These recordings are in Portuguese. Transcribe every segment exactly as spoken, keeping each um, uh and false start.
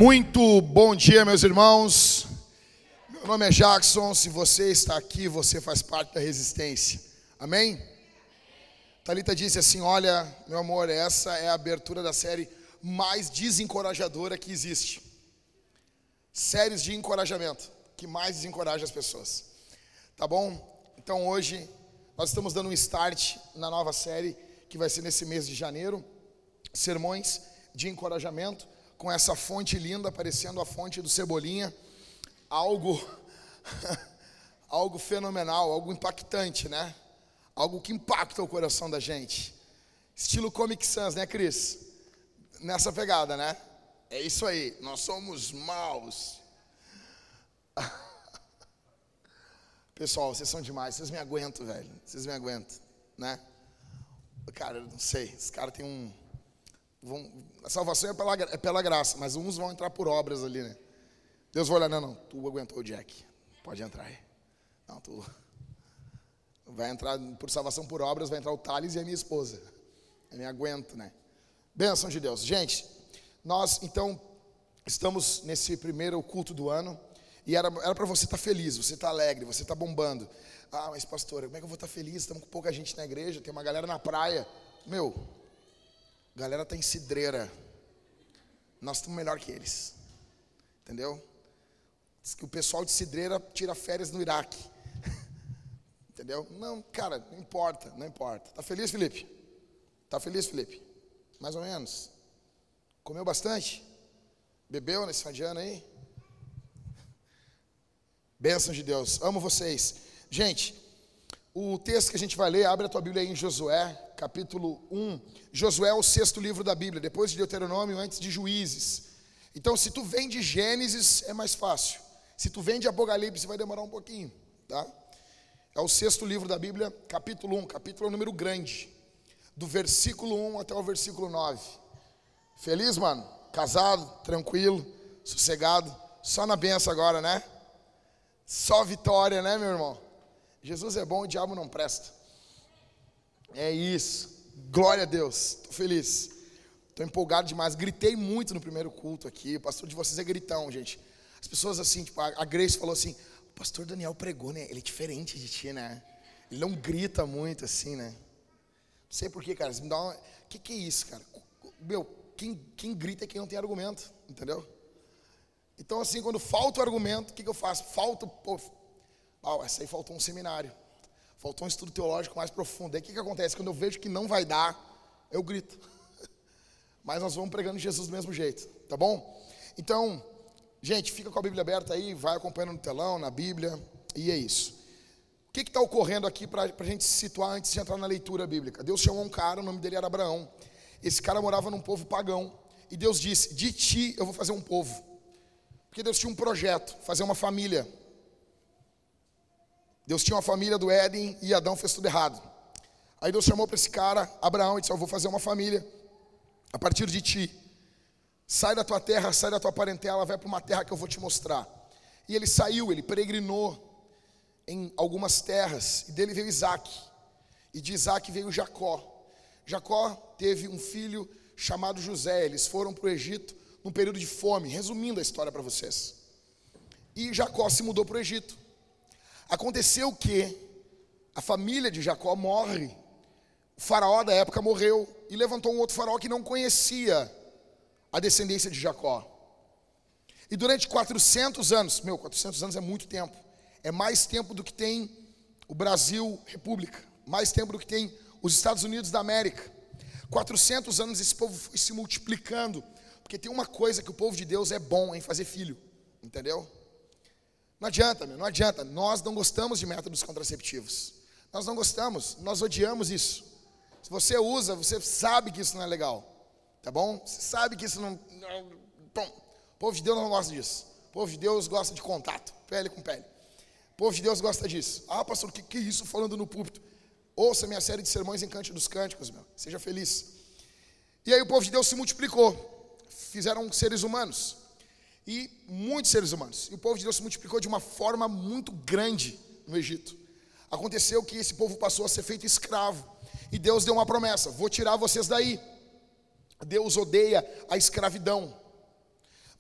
Muito bom dia, meus irmãos. Meu nome é Jackson. Se você está aqui, você faz parte da resistência. Amém? Thalita disse assim: olha, meu amor, essa é a abertura da série mais desencorajadora que existe. Séries de encorajamento, que mais desencoraja as pessoas. Tá bom? Então hoje nós estamos dando um start na nova série, que vai ser nesse mês de janeiro. Sermões de encorajamento, com essa fonte linda, parecendo a fonte do Cebolinha. Algo, algo fenomenal, algo impactante, né? Algo que impacta o coração da gente. Estilo Comic Sans, né, Cris? Nessa pegada, né? É isso aí, nós somos maus. Pessoal, vocês são demais, vocês me aguentam, velho. Vocês me aguentam, né? Cara, eu não sei, esses caras têm um... Vão, a salvação é pela, é pela graça, mas uns vão entrar por obras ali, né? Deus vai olhar, não, não, tu aguentou o Jack, pode entrar aí. Não, tu vai entrar por salvação por obras, vai entrar o Thales e a minha esposa. Eu me aguento, né? Bênção de Deus. Gente, nós então estamos nesse primeiro culto do ano e era era para você estar feliz, você estar alegre, você estar bombando. Ah, mas pastor, como é que eu vou estar feliz? Estamos com pouca gente na igreja, tem uma galera na praia. Meu, a galera tá em cidreira. Nós estamos melhor que eles. Entendeu? Diz que o pessoal de cidreira tira férias no Iraque. Entendeu? Não, cara, não importa, não importa. Tá feliz, Felipe? Tá feliz, Felipe? Mais ou menos. Comeu bastante? Bebeu nesse fim de ano aí? Bênção de Deus. Amo vocês. Gente, o texto que a gente vai ler, abre a tua Bíblia aí em Josué, capítulo um. Josué é o sexto livro da Bíblia, depois de Deuteronômio, antes de Juízes. Então, se tu vem de Gênesis, é mais fácil. Se tu vem de Apocalipse, vai demorar um pouquinho, tá? É o sexto livro da Bíblia, capítulo um. Capítulo é um número grande, do versículo um até o versículo nove. Feliz, mano? Casado, tranquilo, sossegado, só na benção agora, né? Só vitória, né, meu irmão? Jesus é bom, o diabo não presta. É isso. Glória a Deus. Estou feliz. Estou empolgado demais. Gritei muito no primeiro culto aqui. O pastor de vocês é gritão, gente. As pessoas assim, tipo, a Grace falou assim: o pastor Daniel pregou, né? Ele é diferente de ti, né? Ele não grita muito assim, né? Não sei porquê, cara. Me dá uma... Que que é isso, cara? Meu, quem, quem grita é quem não tem argumento, entendeu? Então, assim, quando falta o argumento, o que que eu faço? Falta, pô... Ah, essa aí faltou um seminário, faltou um estudo teológico mais profundo. Aí o que que acontece? Quando eu vejo que não vai dar, eu grito. Mas nós vamos pregando Jesus do mesmo jeito, tá bom? Então, gente, fica com a Bíblia aberta aí, vai acompanhando no telão, na Bíblia, e é isso. O que está ocorrendo aqui para a gente se situar antes de entrar na leitura bíblica? Deus chamou um cara, o nome dele era Abraão. Esse cara morava num povo pagão, e Deus disse: de ti eu vou fazer um povo. Porque Deus tinha um projeto, fazer uma família. Deus tinha uma família do Éden e Adão fez tudo errado. Aí Deus chamou para esse cara, Abraão, e disse: eu vou fazer uma família a partir de ti. Sai da tua terra, sai da tua parentela, vai para uma terra que eu vou te mostrar. E ele saiu, ele peregrinou em algumas terras, e dele veio Isaac. E de Isaac veio Jacó. Jacó teve um filho chamado José. Eles foram para o Egito num período de fome, resumindo a história para vocês. E Jacó se mudou para o Egito. Aconteceu que a família de Jacó morre. O faraó da época morreu e levantou um outro faraó que não conhecia a descendência de Jacó. E durante quatrocentos anos, meu, quatrocentos anos é muito tempo. É mais tempo do que tem o Brasil República, mais tempo do que tem os Estados Unidos da América. quatrocentos anos esse povo foi se multiplicando, porque tem uma coisa que o povo de Deus é bom em fazer filho, entendeu? Não adianta, meu, não adianta. Nós não gostamos de métodos contraceptivos. Nós não gostamos, nós odiamos isso. Se você usa, você sabe que isso não é legal. Tá bom? Você sabe que isso não... Bom, o povo de Deus não gosta disso. O povo de Deus gosta de contato, pele com pele. O povo de Deus gosta disso. Ah, pastor, o que, que é isso falando no púlpito? Ouça minha série de sermões em Cântico dos Cânticos, meu. Seja feliz. E aí o povo de Deus se multiplicou. Fizeram seres humanos. E muitos seres humanos. E o povo de Deus se multiplicou de uma forma muito grande no Egito. Aconteceu que esse povo passou a ser feito escravo. E Deus deu uma promessa: vou tirar vocês daí. Deus odeia a escravidão.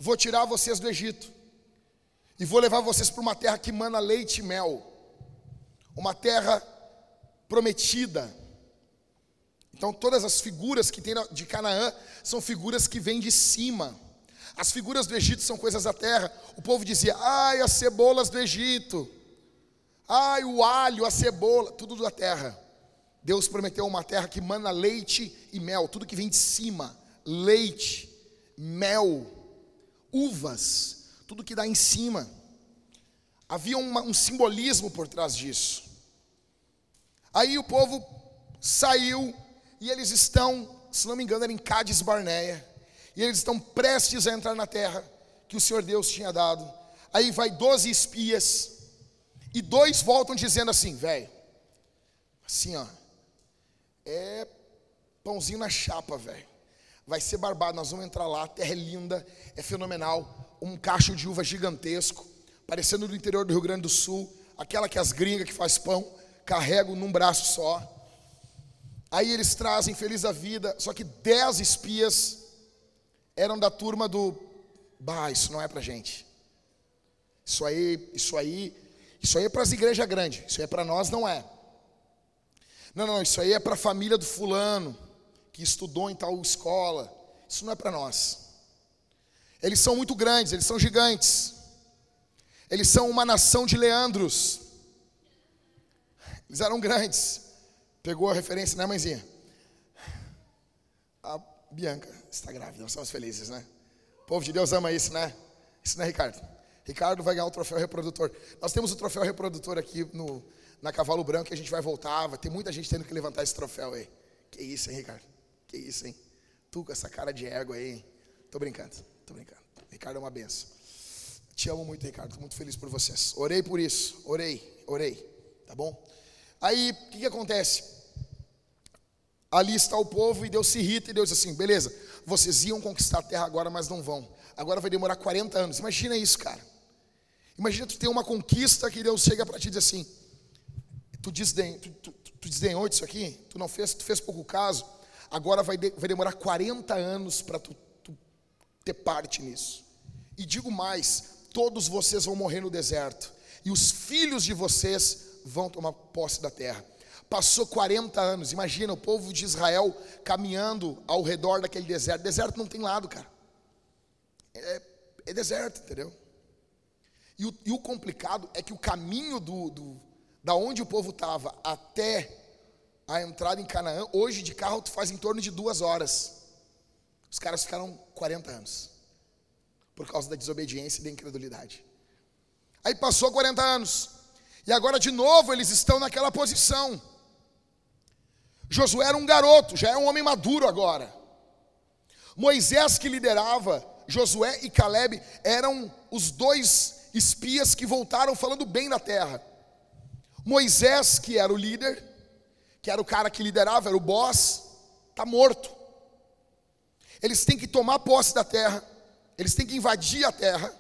vou tirar vocês do Egito e vou levar vocês para uma terra que mana leite e mel, uma terra prometida. Então todas as figuras que tem de Canaã são figuras que vêm de cima. As figuras do Egito são coisas da terra. O povo dizia: ai, as cebolas do Egito, ai, o alho, a cebola, tudo da terra. Deus prometeu uma terra que mana leite e mel, tudo que vem de cima, leite, mel, uvas, tudo que dá em cima. Havia uma, um simbolismo por trás disso. Aí o povo saiu e eles estão, se não me engano, era em Cádiz Barneia, e eles estão prestes a entrar na terra que o Senhor Deus tinha dado. Aí vai doze espias, e dois voltam dizendo assim: velho, assim ó, é pãozinho na chapa, velho, vai ser barbado, nós vamos entrar lá, a terra é linda, é fenomenal, um cacho de uva gigantesco, parecendo do interior do Rio Grande do Sul, aquela que as gringas que faz pão carregam num braço só. Aí eles trazem feliz da vida, só que dez espias eram da turma do: bah, isso não é pra gente, isso aí, isso aí, isso aí é para as igrejas grandes, isso aí é para nós, não é. Não, não, isso aí é para a família do fulano, que estudou em tal escola, isso não é para nós. Eles são muito grandes, eles são gigantes, eles são uma nação de leandros, eles eram grandes. Pegou a referência, né, mãezinha? A Bianca está grávida, nós estamos felizes, né? O povo de Deus ama isso, né? Isso, né, Ricardo? Ricardo vai ganhar o troféu reprodutor. Nós temos o troféu reprodutor aqui no, na Cavalo Branco, e a gente vai voltar, vai ter muita gente tendo que levantar esse troféu aí. Que isso, hein, Ricardo? Que isso, hein? Tu com essa cara de ego aí, hein? Tô brincando, tô brincando. Ricardo é uma benção. Te amo muito, Ricardo, tô muito feliz por vocês. Orei por isso, orei, orei, tá bom? Aí, o que que acontece? Ali está o povo e Deus se irrita e Deus diz assim: beleza, vocês iam conquistar a terra agora, mas não vão. Agora vai demorar quarenta anos. Imagina isso, cara. Imagina tu ter uma conquista que Deus chega para ti e diz assim: tu, desden, tu, tu, tu desdenhou disso aqui, tu não fez, tu fez pouco caso, agora vai, de, vai demorar quarenta anos para tu, tu ter parte nisso. E digo mais, todos vocês vão morrer no deserto, e os filhos de vocês vão tomar posse da terra. Passou quarenta anos, imagina o povo de Israel caminhando ao redor daquele deserto. Deserto não tem lado, cara, é, é deserto, entendeu? E o, e o complicado é que o caminho do, do, da onde o povo estava até a entrada em Canaã, hoje de carro tu faz em torno de duas horas. Os caras ficaram quarenta anos, por causa da desobediência e da incredulidade. Aí passou quarenta anos, e agora de novo eles estão naquela posição. Josué era um garoto, já é um homem maduro agora. Moisés, que liderava, Josué e Caleb eram os dois espias que voltaram falando bem da terra. Moisés, que era o líder, que era o cara que liderava, era o boss, está morto. Eles têm que tomar posse da terra, eles têm que invadir a terra,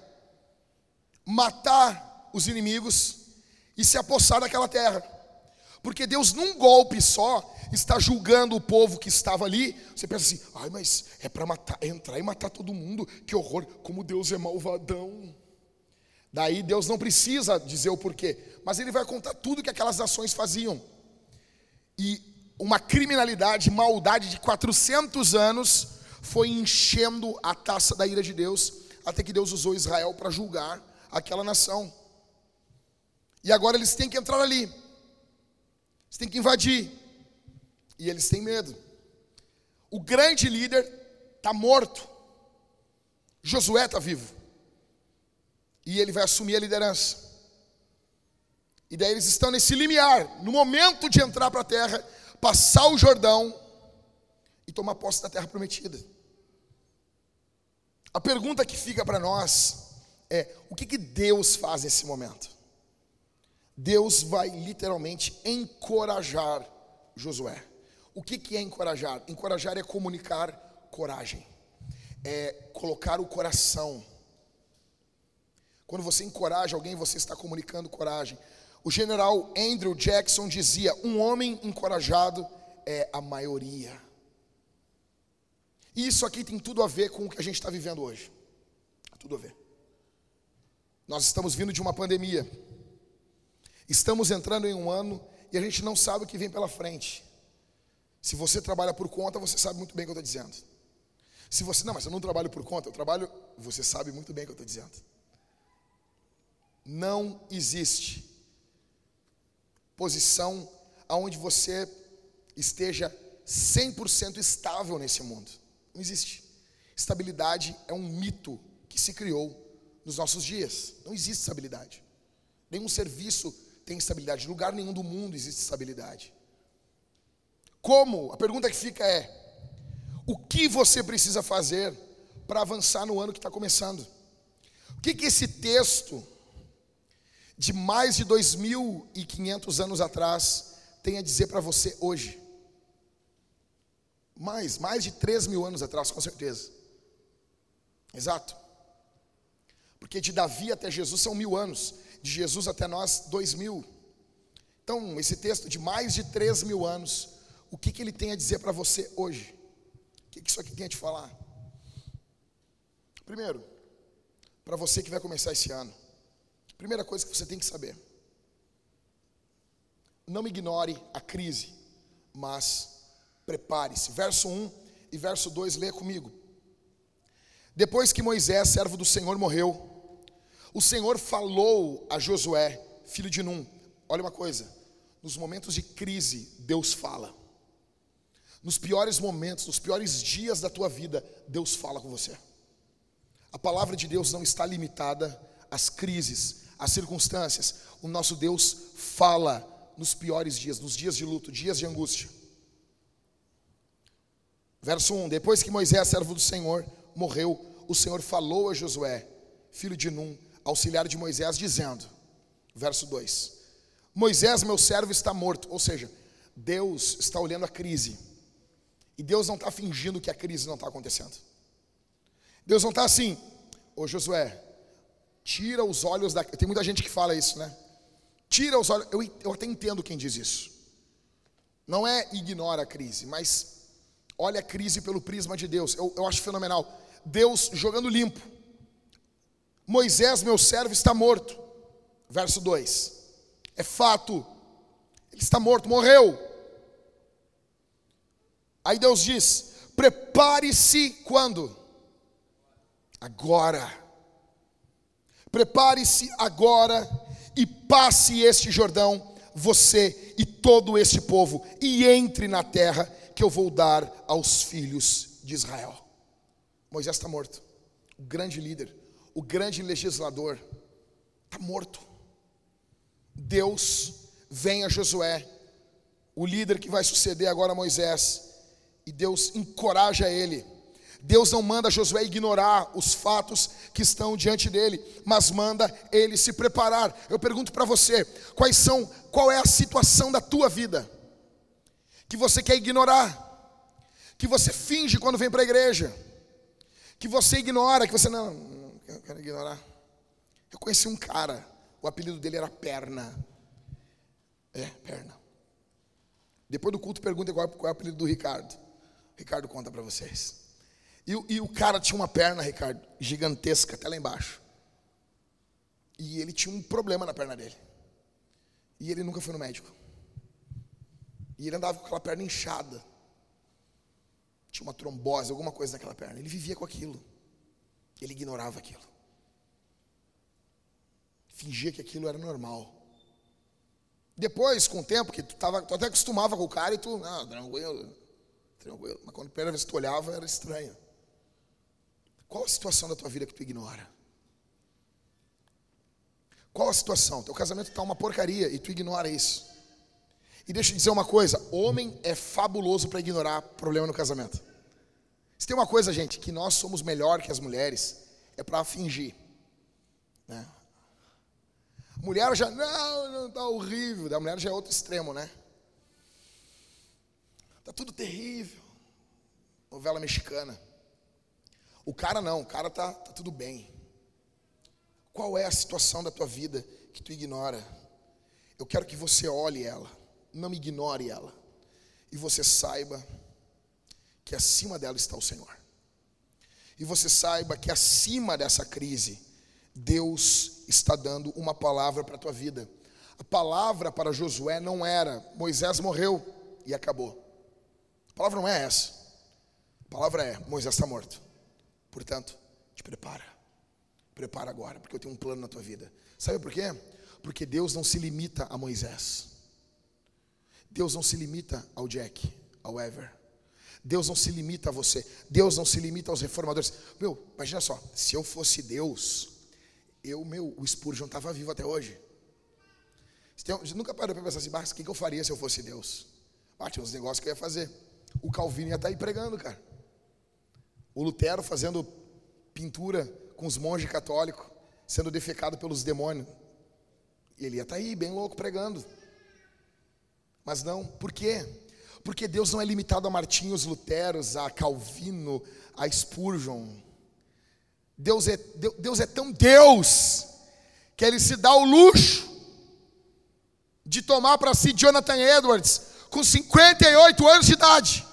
matar os inimigos e se apossar daquela terra. Porque Deus, num golpe só, está julgando o povo que estava ali. Você pensa assim: ai, mas é para matar, entrar e matar todo mundo, que horror, como Deus é malvadão. Daí Deus não precisa dizer o porquê, mas Ele vai contar tudo que aquelas nações faziam. E uma criminalidade, maldade de quatrocentos anos foi enchendo a taça da ira de Deus, até que Deus usou Israel para julgar aquela nação. E agora eles têm que entrar ali, eles têm que invadir, e eles têm medo. O grande líder está morto, Josué está vivo, e ele vai assumir a liderança. E daí eles estão nesse limiar, no momento de entrar para a terra, passar o Jordão e tomar posse da terra prometida. A pergunta que fica para nós é: o que que Deus faz nesse momento? Deus vai literalmente encorajar Josué. O que que é encorajar? Encorajar é comunicar coragem, é colocar o coração. Quando você encoraja alguém, você está comunicando coragem. O general Andrew Jackson dizia: um homem encorajado é a maioria. E isso aqui tem tudo a ver com o que a gente está vivendo hoje. tudo a ver. Nós estamos vindo de uma pandemia. Estamos entrando em um ano e a gente não sabe o que vem pela frente. Se você trabalha por conta, você sabe muito bem o que eu estou dizendo. Se você, não, mas eu não trabalho por conta, eu trabalho, você sabe muito bem o que eu estou dizendo. Não existe posição onde você esteja cem por cento estável nesse mundo. Não existe. Estabilidade é um mito que se criou nos nossos dias. Não existe estabilidade. Nenhum serviço tem estabilidade. Em lugar nenhum do mundo existe estabilidade. Como? A pergunta que fica é: o que você precisa fazer para avançar no ano que está começando? O que que esse texto de mais de dois mil e quinhentos anos atrás tem a dizer para você hoje? Mais, mais de três mil anos atrás, com certeza. Exato. Porque de Davi até Jesus são mil anos, de Jesus até nós, dois mil. Então, esse texto de mais de três mil anos, o que que ele tem a dizer para você hoje? O que que isso aqui tem a te falar? Primeiro, para você que vai começar esse ano, primeira coisa que você tem que saber: não ignore a crise, mas prepare-se. Verso um e verso dois, leia comigo. Depois que Moisés, servo do Senhor, morreu, o Senhor falou a Josué, filho de Num. Olha uma coisa, nos momentos de crise, Deus fala. Nos piores momentos, nos piores dias da tua vida, Deus fala com você. A palavra de Deus não está limitada às crises, às circunstâncias. O nosso Deus fala nos piores dias, nos dias de luto, dias de angústia. Verso um: depois que Moisés, servo do Senhor, morreu, o Senhor falou a Josué, filho de Num, auxiliar de Moisés, dizendo, verso dois: Moisés, meu servo, está morto. Ou seja, Deus está olhando a crise, e Deus não está fingindo que a crise não está acontecendo. Deus não está assim: ô Josué, tira os olhos da... Tem muita gente que fala isso, né? Tira os olhos... Eu, eu até entendo quem diz isso. Não é ignora a crise, mas olha a crise pelo prisma de Deus. Eu, eu acho fenomenal. Deus jogando limpo. Moisés, meu servo, está morto. Verso dois. É fato. Ele está morto, morreu. Aí Deus diz: prepare-se quando? Agora. Prepare-se agora e passe este Jordão, você e todo este povo, e entre na terra que eu vou dar aos filhos de Israel. Moisés está morto. O grande líder, o grande legislador, está morto. Deus vem a Josué, o líder que vai suceder agora a Moisés, e Deus encoraja ele. Deus não manda Josué ignorar os fatos que estão diante dele, mas manda ele se preparar. Eu pergunto para você, quais são, qual é a situação da tua vida que você quer ignorar, que você finge quando vem para a igreja, que você ignora, que você não, não quero ignorar. Eu conheci um cara, o apelido dele era Perna. É, Perna. Depois do culto pergunta qual, qual é o apelido do Ricardo. O Ricardo conta para vocês. E, e o cara tinha uma perna, Ricardo, gigantesca, até lá embaixo. E ele tinha um problema na perna dele. E ele nunca foi no médico. E ele andava com aquela perna inchada. Tinha uma trombose, alguma coisa naquela perna. Ele vivia com aquilo. Ele ignorava aquilo. Fingia que aquilo era normal. Depois, com o tempo, que tu, tava, tu até acostumava com o cara e tu, ah, tranquilo, tranquilo. Mas quando a primeira vez que tu olhava, era estranho. Qual a situação da tua vida que tu ignora? Qual a situação? Teu casamento está uma porcaria e tu ignora isso. E deixa eu dizer uma coisa: homem é fabuloso para ignorar problema no casamento. Se tem uma coisa, gente, que nós somos melhor que as mulheres, é para fingir, né? Mulher já, não, não, tá horrível. Da mulher já é outro extremo, né? Tá tudo terrível. Novela mexicana. O cara não, o cara tá, tá tudo bem. Qual é a situação da tua vida que tu ignora? Eu quero que você olhe ela, não ignore ela, e você saiba que acima dela está o Senhor. E você saiba que acima dessa crise, Deus está dando uma palavra para a tua vida. A palavra para Josué não era: Moisés morreu e acabou. A palavra não é essa. A palavra é: Moisés está morto. Portanto, te prepara. Prepara agora, porque eu tenho um plano na tua vida. Sabe por quê? Porque Deus não se limita a Moisés. Deus não se limita ao Jack, ao Ever. Deus não se limita a você. Deus não se limita aos reformadores. Meu, imagina só, se eu fosse Deus, eu, meu, o Spurgeon estava vivo até hoje. Você, tem, você nunca parou para pensar assim: o que eu faria se eu fosse Deus? Ah, tinha uns negócios que eu ia fazer. O Calvino ia estar aí pregando, cara. O Lutero fazendo pintura com os monges católicos, sendo defecado pelos demônios. E ele ia estar aí, bem louco, pregando. Mas não, por quê? Porque Deus não é limitado a Martinhos Luteros, a Calvino, a Spurgeon. Deus é, Deus é tão Deus, que Ele se dá o luxo de tomar para si Jonathan Edwards, com cinquenta e oito anos de idade.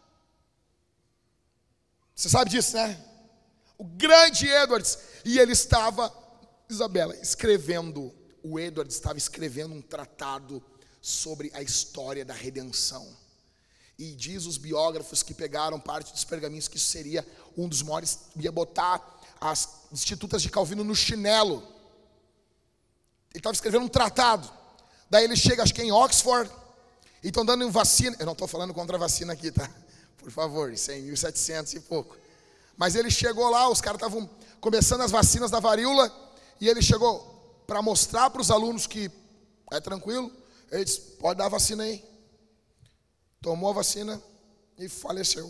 Você sabe disso, né? O grande Edwards. E ele estava, Isabela, escrevendo, o Edwards estava escrevendo um tratado sobre a história da redenção. E diz os biógrafos que pegaram parte dos pergaminhos que isso seria um dos maiores, ia botar as institutas de Calvino no chinelo. Ele estava escrevendo um tratado. Daí ele chega, acho que é em Oxford, e estão dando vacina. Eu não estou falando contra a vacina aqui, tá? Por favor, isso é em mil e setecentos e pouco. Mas ele chegou lá, os caras estavam começando as vacinas da varíola, e ele chegou para mostrar para os alunos que é tranquilo. Ele disse: pode dar a vacina aí. Tomou a vacina e faleceu.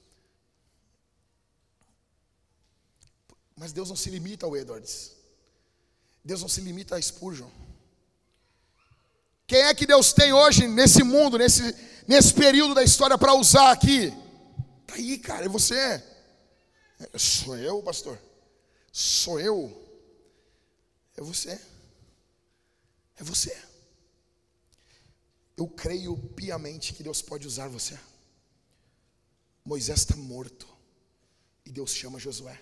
Mas Deus não se limita ao Edwards. Deus não se limita a Spurgeon. Quem é que Deus tem hoje nesse mundo, nesse, nesse período da história para usar aqui? Está aí, cara, é você. Sou eu, pastor. Sou eu. É você. É você. Eu creio piamente que Deus pode usar você. Moisés está morto e Deus chama Josué.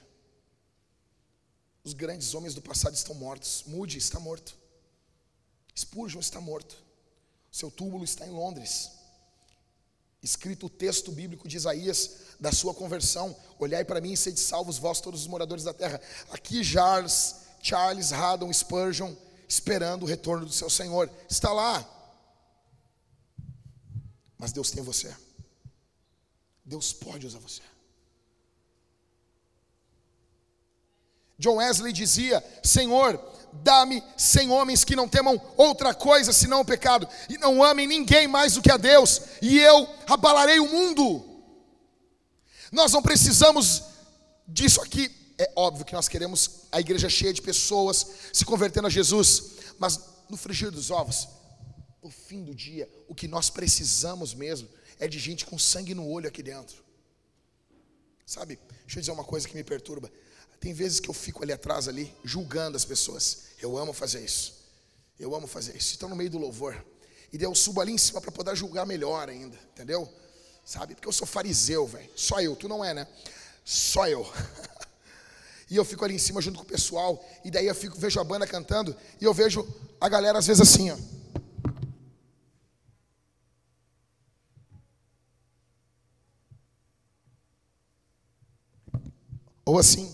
Os grandes homens do passado estão mortos. Moody está morto. Spurgeon está morto. Seu túmulo está em Londres. Escrito o texto bíblico de Isaías da sua conversão: olhai para mim e sede salvos vós todos os moradores da terra. Aqui Charles, Charles Haddon Spurgeon, esperando o retorno do seu Senhor. Está lá. Mas Deus tem você. Deus pode usar você. John Wesley dizia: Senhor, dá-me cem homens que não temam outra coisa senão o pecado, e não amem ninguém mais do que a Deus, e eu abalarei o mundo. Nós não precisamos disso aqui. É óbvio que nós queremos a igreja cheia de pessoas se convertendo a Jesus, mas no frigir dos ovos, no fim do dia, o que nós precisamos mesmo é de gente com sangue no olho aqui dentro. Sabe, deixa eu dizer uma coisa que me perturba. Tem vezes que eu fico ali atrás, ali, julgando as pessoas. Eu amo fazer isso. Eu amo fazer isso. Estou no meio do louvor. E daí eu subo ali em cima para poder julgar melhor ainda. Entendeu? Sabe? Porque eu sou fariseu, velho. Só eu. Tu não é, né? Só eu. E eu fico ali em cima junto com o pessoal. E daí eu fico, vejo a banda cantando. E eu vejo a galera às vezes assim, ó. Ou assim.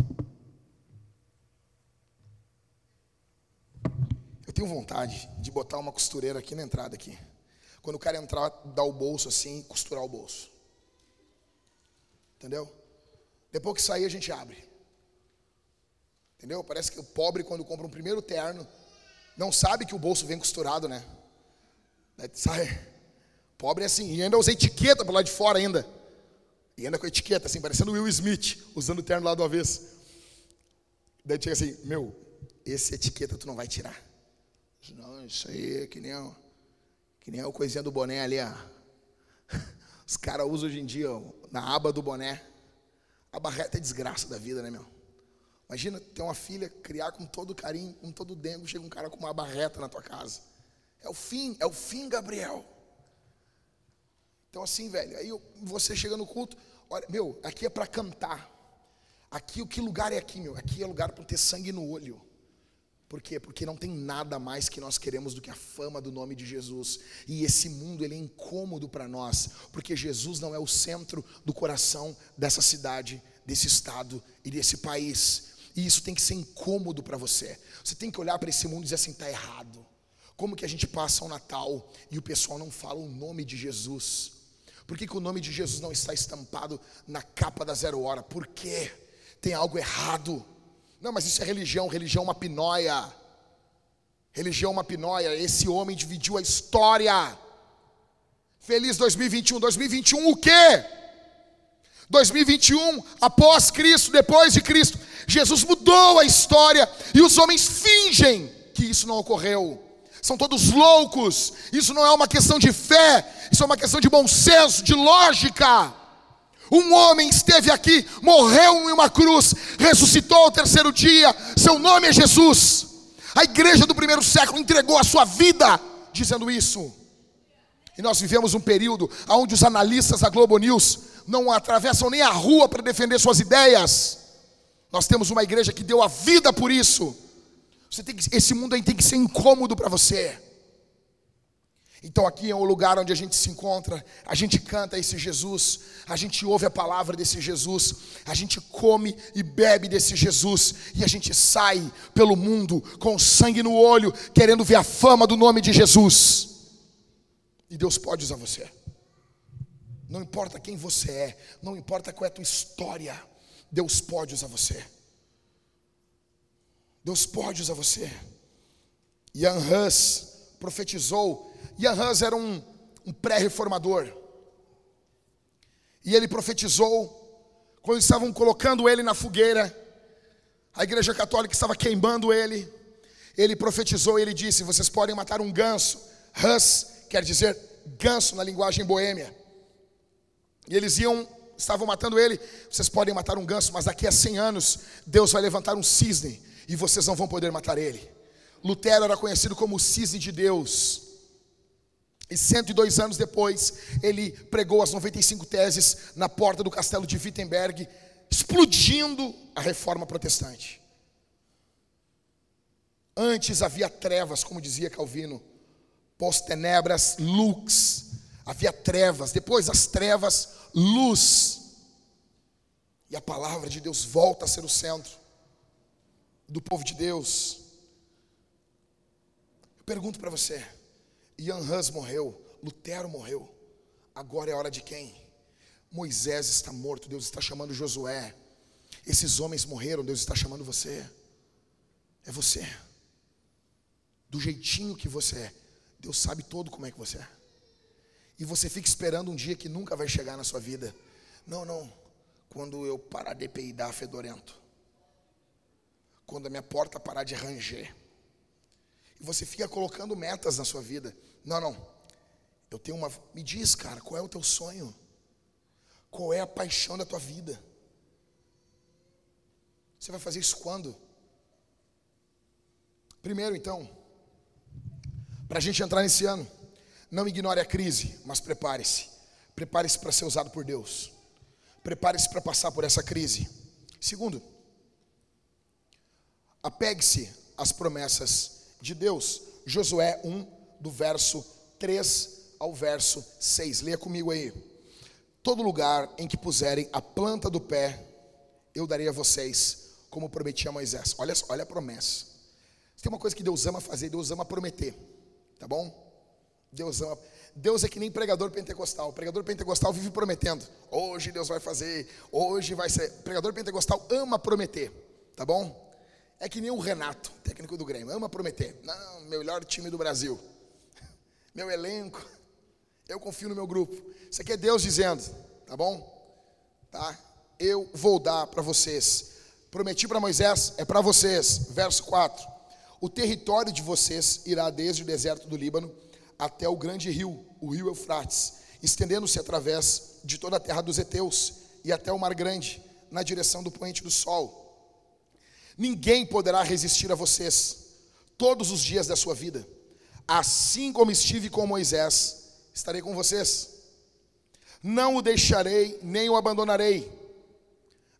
Eu tenho vontade de botar uma costureira aqui na entrada aqui. Quando o cara entrar, dar o bolso assim, costurar o bolso. Entendeu? Depois que sair, a gente abre. Entendeu? Parece que o pobre, quando compra um primeiro terno, não sabe que o bolso vem costurado, né? Sabe? Pobre é assim. E ainda usa etiqueta pro lado de fora ainda. E anda com etiqueta, assim, parecendo o Will Smith, usando o terno lá do avesso. Daí chega assim: meu, esse etiqueta tu não vai tirar. Não, isso aí é que nem, ó, que nem a coisinha do boné ali, ó. Os caras usam hoje em dia, ó, na aba do boné. A barreta é desgraça da vida, né, meu? Imagina ter uma filha, criar com todo carinho, com todo dengo, chega um cara com uma barreta na tua casa. É o fim, é o fim, Gabriel. Então assim, velho, aí você chega no culto, olha, meu, aqui é para cantar. Aqui, o que lugar é aqui, meu? Aqui é lugar para ter sangue no olho. Por quê? Porque não tem nada mais que nós queremos do que a fama do nome de Jesus. E esse mundo, ele é incômodo para nós, porque Jesus não é o centro do coração dessa cidade, desse estado e desse país. E isso tem que ser incômodo para você. Você tem que olhar para esse mundo e dizer assim, está errado. Como que a gente passa o Natal e o pessoal não fala o nome de Jesus? Por que que o nome de Jesus não está estampado na capa da Zero Hora? Por quê? Tem algo errado. Não, mas isso é religião, religião é uma pinóia. Religião é uma pinóia. Esse homem dividiu a história. Feliz dois mil e vinte e um. dois mil e vinte e um o quê? dois mil e vinte e um, após Cristo, depois de Cristo. Jesus mudou a história e os homens fingem que isso não ocorreu. São todos loucos. Isso não é uma questão de fé, isso é uma questão de bom senso, de lógica. Um homem esteve aqui, morreu em uma cruz, ressuscitou ao terceiro dia, seu nome é Jesus. A igreja do primeiro século entregou a sua vida dizendo isso. E nós vivemos um período onde os analistas da Globo News não atravessam nem a rua para defender suas ideias. Nós temos uma igreja que deu a vida por isso. Você tem que, esse mundo aí tem que ser incômodo para você. Então aqui é um lugar onde a gente se encontra, a gente canta esse Jesus, a gente ouve a palavra desse Jesus, a gente come e bebe desse Jesus, e a gente sai pelo mundo com sangue no olho, querendo ver a fama do nome de Jesus. E Deus pode usar você. Não importa quem você é, não importa qual é a tua história, Deus pode usar você. Deus pode usar você. Ian Hus profetizou. Ian Hus era um, um pré-reformador. E ele profetizou, quando estavam colocando ele na fogueira, a igreja católica estava queimando ele. Ele profetizou e ele disse: vocês podem matar um ganso. Hus quer dizer ganso na linguagem boêmia. E eles iam, estavam matando ele. Vocês podem matar um ganso, mas daqui a cem anos Deus vai levantar um cisne e vocês não vão poder matar ele. Lutero era conhecido como o cisne de Deus. E cento e dois anos depois, ele pregou as noventa e cinco teses na porta do castelo de Wittenberg, explodindo a reforma protestante. Antes havia trevas, como dizia Calvino, post tenebras lux. Havia trevas, depois das trevas, luz. E a palavra de Deus volta a ser o centro do povo de Deus. Eu pergunto para você, Ian Hus morreu, Lutero morreu, agora é hora de quem? Moisés está morto, Deus está chamando Josué. Esses homens morreram, Deus está chamando você. É você. Do jeitinho que você é, Deus sabe todo como é que você é. E você fica esperando um dia que nunca vai chegar na sua vida. Não, não, quando eu parar de peidar fedorento, quando a minha porta parar de ranger. E você fica colocando metas na sua vida. Não, não, eu tenho uma... Me diz, cara, qual é o teu sonho? Qual é a paixão da tua vida? Você vai fazer isso quando? Primeiro, então, para a gente entrar nesse ano, não ignore a crise, mas prepare-se. Prepare-se para ser usado por Deus. Prepare-se para passar por essa crise. Segundo, apegue-se às promessas de Deus. Josué um, do verso três ao verso seis. Leia comigo aí. Todo lugar em que puserem a planta do pé, eu darei a vocês, como prometi a Moisés. Olha, olha a promessa. Tem uma coisa que Deus ama fazer, Deus ama prometer. Tá bom? Deus ama. Deus é que nem pregador pentecostal. O pregador pentecostal vive prometendo. Hoje Deus vai fazer, hoje vai ser. O pregador pentecostal ama prometer. Tá bom? É que nem o Renato, técnico do Grêmio, ama prometer. Não, melhor time do Brasil. Meu elenco. Eu confio no meu grupo. Isso aqui é Deus dizendo, tá bom? Tá? Eu vou dar para vocês. Prometi para Moisés, é para vocês. Verso quatro. O território de vocês irá desde o deserto do Líbano até o grande rio, o rio Eufrates, estendendo-se através de toda a terra dos heteus e até o mar grande, na direção do poente do sol. Ninguém poderá resistir a vocês todos os dias da sua vida. Assim como estive com Moisés, estarei com vocês. Não o deixarei, nem o abandonarei,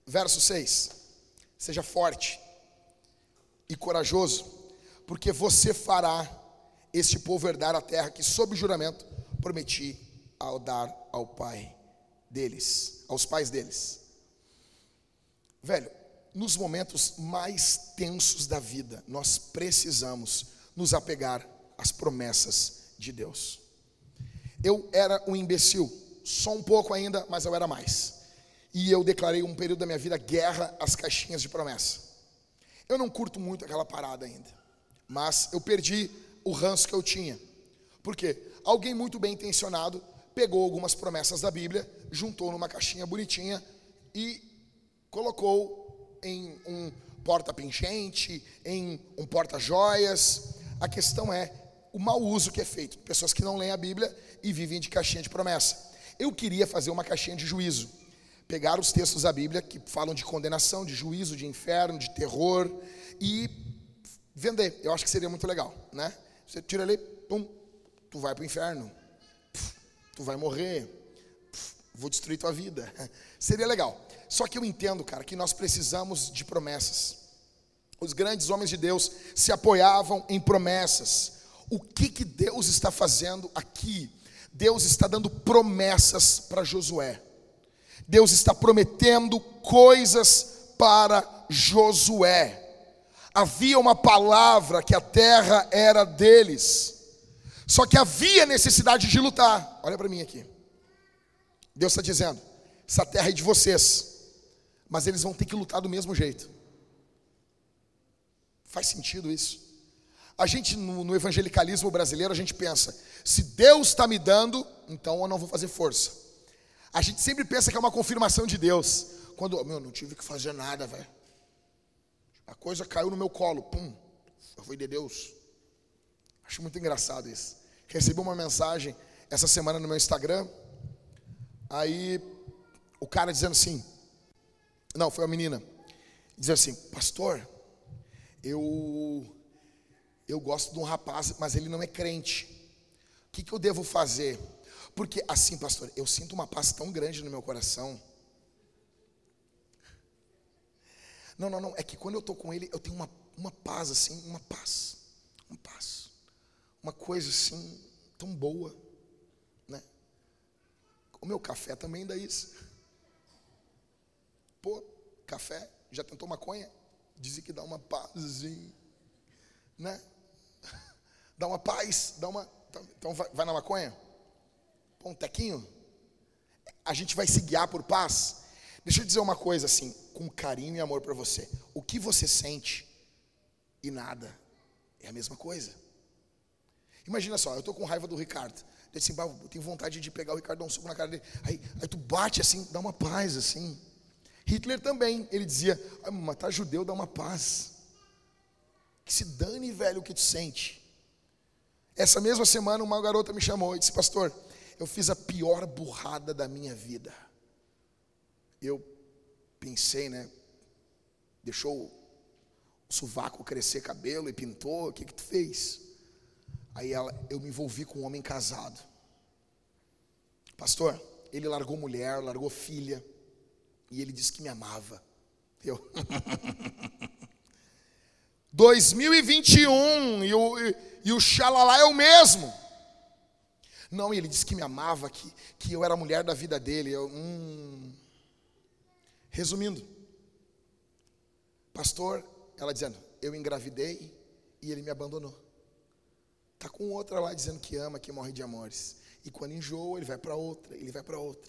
Verso seis. Seja forte e corajoso, porque você fará este povo herdar a terra que, sob juramento, prometi ao dar ao pai deles, aos pais deles. Velho, nos momentos mais tensos da vida, nós precisamos nos apegar às promessas de Deus. Eu era um imbecil, só um pouco ainda, mas eu era mais. E eu declarei um período da minha vida guerra às caixinhas de promessa. Eu não curto muito aquela parada ainda, mas eu perdi o ranço que eu tinha. Por quê? Alguém muito bem intencionado pegou algumas promessas da Bíblia, juntou numa caixinha bonitinha e colocou em um porta-pingente, em um porta-joias. A questão é o mau uso que é feito. Pessoas que não leem a Bíblia e vivem de caixinha de promessa. Eu queria fazer uma caixinha de juízo. Pegar os textos da Bíblia que falam de condenação, de juízo, de inferno, de terror e vender. Eu acho que seria muito legal, né? Você tira ali, pum, tu vai para o inferno, puf, tu vai morrer, puf, vou destruir tua vida. Seria legal. Só que eu entendo, cara, que nós precisamos de promessas. Os grandes homens de Deus se apoiavam em promessas. O que que Deus está fazendo aqui? Deus está dando promessas para Josué. Deus está prometendo coisas para Josué. Havia uma palavra que a terra era deles. Só que havia necessidade de lutar. Olha para mim aqui. Deus está dizendo, essa terra é de vocês, mas eles vão ter que lutar do mesmo jeito. Faz sentido isso? A gente no, no evangelicalismo brasileiro, a gente pensa, se Deus está me dando, então eu não vou fazer força. A gente sempre pensa que é uma confirmação de Deus. Quando, meu, não tive que fazer nada, velho. A coisa caiu no meu colo, pum, foi de Deus. Acho muito engraçado isso. Recebi uma mensagem essa semana no meu Instagram. Aí o cara dizendo assim, não, foi a menina, dizendo assim, pastor, eu eu gosto de um rapaz, mas ele não é crente. O que que eu devo fazer? Porque assim, pastor, eu sinto uma paz tão grande no meu coração. Não, não, não, é que quando eu estou com ele, eu tenho uma, uma paz assim, uma paz, uma paz, uma coisa assim, tão boa, né? O meu café também dá isso. Pô, café, já tentou maconha? Dizem que dá uma paz, assim, né? Dá uma paz, dá uma, então vai, vai na maconha? Pô, um tequinho? A gente vai se guiar por paz? Deixa eu dizer uma coisa assim, com carinho e amor para você. O que você sente e nada é a mesma coisa. Imagina só, eu tô com raiva do Ricardo. Eu assim, eu tenho vontade de pegar o Ricardo, dar um soco na cara dele. Aí, aí tu bate assim, dá uma paz assim. Hitler também, ele dizia, ah, matar judeu dá uma paz. Que se dane, velho, o que tu sente. Essa mesma semana uma garota me chamou e disse, pastor, eu fiz a pior burrada da minha vida. Eu pensei, né? Deixou o sovaco crescer cabelo e pintou. O que que tu fez? Aí ela, eu me envolvi com um homem casado. Pastor, ele largou mulher, largou filha. E ele disse que me amava. Eu. dois mil e vinte e um e o, e, e o xalalá é o mesmo. Não, ele disse que me amava, que, que eu era a mulher da vida dele. Eu, hum... Resumindo, pastor, ela dizendo, eu engravidei e ele me abandonou. Está com outra lá dizendo que ama, que morre de amores. E quando enjoa, ele vai para outra, ele vai para outra.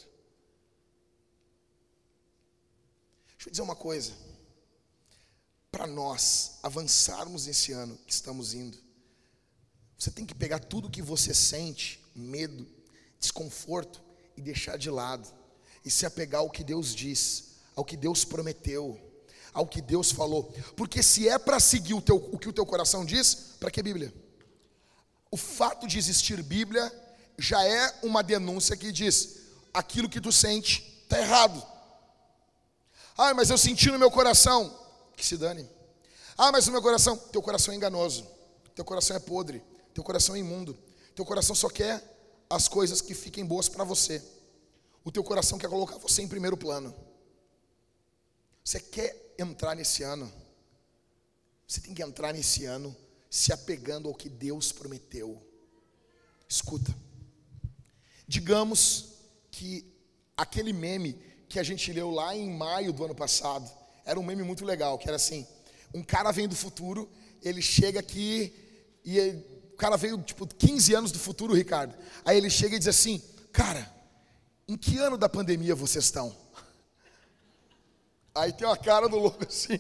Deixa eu dizer uma coisa. Para nós avançarmos esse ano que estamos indo, você tem que pegar tudo que você sente, medo, desconforto, e deixar de lado. E se apegar ao que Deus diz, ao que Deus prometeu, ao que Deus falou. Porque se é para seguir o, teu, o que o teu coração diz, para que Bíblia? O fato de existir Bíblia já é uma denúncia que diz, aquilo que tu sente está errado. Ah, mas eu senti no meu coração, que se dane. Ah, mas no meu coração, teu coração é enganoso, teu coração é podre, teu coração é imundo, teu coração só quer as coisas que fiquem boas para você. O teu coração quer colocar você em primeiro plano. Você quer entrar nesse ano? Você tem que entrar nesse ano se apegando ao que Deus prometeu. Escuta. Digamos que aquele meme que a gente leu lá em maio do ano passado, era um meme muito legal, que era assim, um cara vem do futuro, ele chega aqui, e ele, o cara veio tipo quinze anos do futuro, Ricardo. Aí ele chega e diz assim, cara, em que ano da pandemia vocês estão? Aí tem uma cara do louco assim,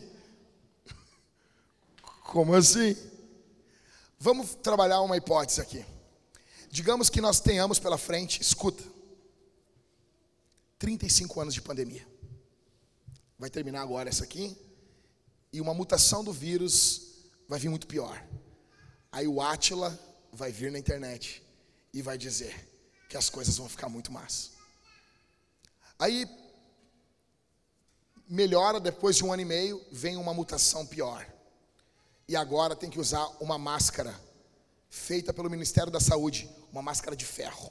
como assim? Vamos trabalhar uma hipótese aqui. Digamos que nós tenhamos pela frente, escuta, trinta e cinco anos de pandemia. Vai terminar agora essa aqui, e uma mutação do vírus vai vir muito pior. Aí o Átila vai vir na internet e vai dizer que as coisas vão ficar muito más. Aí melhora, depois de um ano e meio, vem uma mutação pior. E agora tem que usar uma máscara feita pelo Ministério da Saúde, uma máscara de ferro.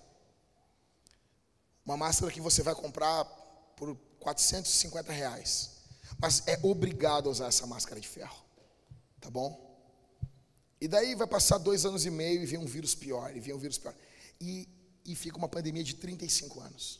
Uma máscara que você vai comprar por quatrocentos e cinquenta reais. Mas é obrigado a usar essa máscara de ferro. Tá bom? E daí vai passar dois anos e meio e vem um vírus pior, e vem um vírus pior. E, e fica uma pandemia de trinta e cinco anos.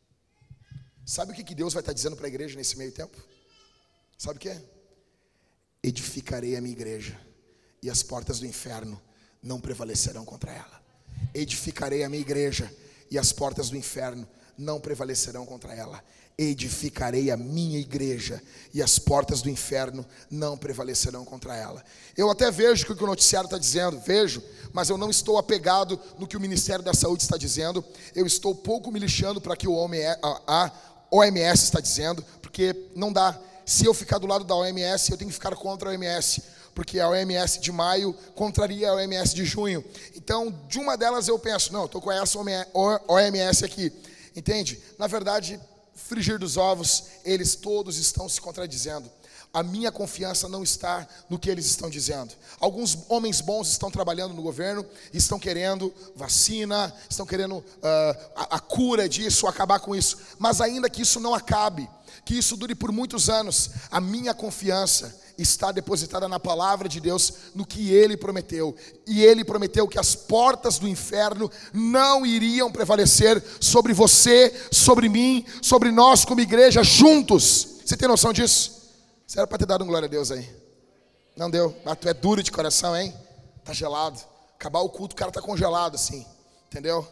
Sabe o que, que Deus vai estar dizendo para a igreja nesse meio tempo? Sabe o que? Edificarei a minha igreja, e as portas do inferno não prevalecerão contra ela. Edificarei a minha igreja, e as portas do inferno não prevalecerão contra ela. Edificarei a minha igreja, e as portas do inferno não prevalecerão contra ela. Eu até vejo o que o noticiário está dizendo, vejo, mas eu não estou apegado no que o Ministério da Saúde está dizendo. Eu estou pouco me lixando para que o a O M S está dizendo, porque não dá. Se eu ficar do lado da O M S, eu tenho que ficar contra a O M S, porque a O M S de maio contraria a O M S de junho. Então, de uma delas eu penso, não, eu estou com essa O M S aqui, entende? Na verdade, frigir dos ovos, eles todos estão se contradizendo. A minha confiança não está no que eles estão dizendo. Alguns homens bons estão trabalhando no governo, estão querendo vacina, estão querendo uh, a, a cura disso, acabar com isso. Mas ainda que isso não acabe, que isso dure por muitos anos, a minha confiança está depositada na palavra de Deus, no que Ele prometeu. E Ele prometeu que as portas do inferno não iriam prevalecer sobre você, sobre mim, sobre nós como igreja juntos. Você tem noção disso? Você era para ter dado um glória a Deus aí. Não deu. Mas tu é duro de coração, hein? Tá gelado. Acabar o culto, o cara tá congelado assim. Entendeu?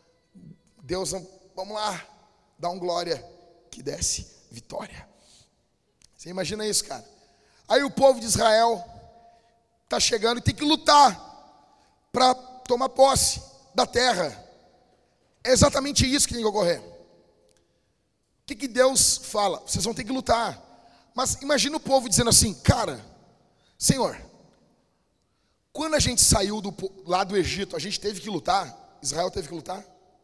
Deus, vamos lá. Dá um glória que desce vitória. Você imagina isso, cara? Aí o povo de Israel tá chegando e tem que lutar para tomar posse da terra. É exatamente isso que tem que ocorrer. O que, que Deus fala? Vocês vão ter que lutar. Mas imagina o povo dizendo assim, cara, Senhor, quando a gente saiu do, lá do Egito, a gente teve que lutar? Israel teve que lutar?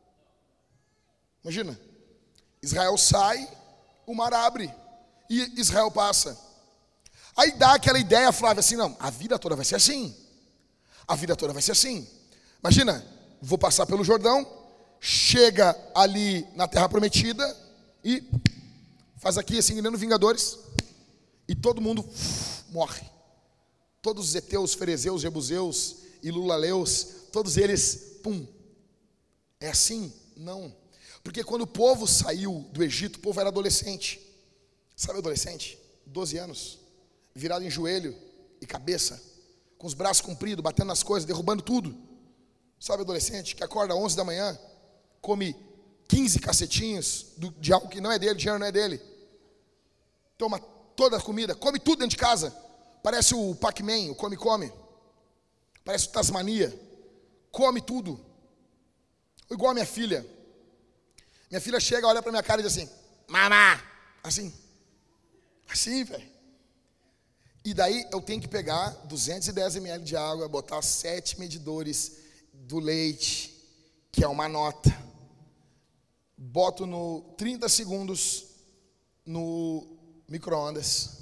Imagina, Israel sai, o mar abre, e Israel passa. Aí dá aquela ideia, Flávia, assim, não, a vida toda vai ser assim. A vida toda vai ser assim. Imagina, vou passar pelo Jordão, chega ali na Terra Prometida, e faz aqui assim, no Vingadores, e todo mundo uf, morre. Todos os heteus, ferezeus, jebuseus e lulaleus, todos eles, pum. É assim? Não. Porque quando o povo saiu do Egito, o povo era adolescente. Sabe adolescente? doze anos, virado em joelho e cabeça, com os braços compridos, batendo nas coisas, derrubando tudo. Sabe adolescente que acorda às onze da manhã, come quinze cacetinhos de algo que não é dele, dinheiro não é dele. Toma toda a comida, come tudo dentro de casa. Parece o Pac-Man, o come-come. Parece o Tasmania. Come tudo. Igual a minha filha. Minha filha chega, olha pra minha cara e diz assim, mamá. Assim. Assim, velho. E daí eu tenho que pegar duzentos e dez mililitros de água, botar sete medidores do leite, que é uma nota. Boto no trinta segundos no micro-ondas.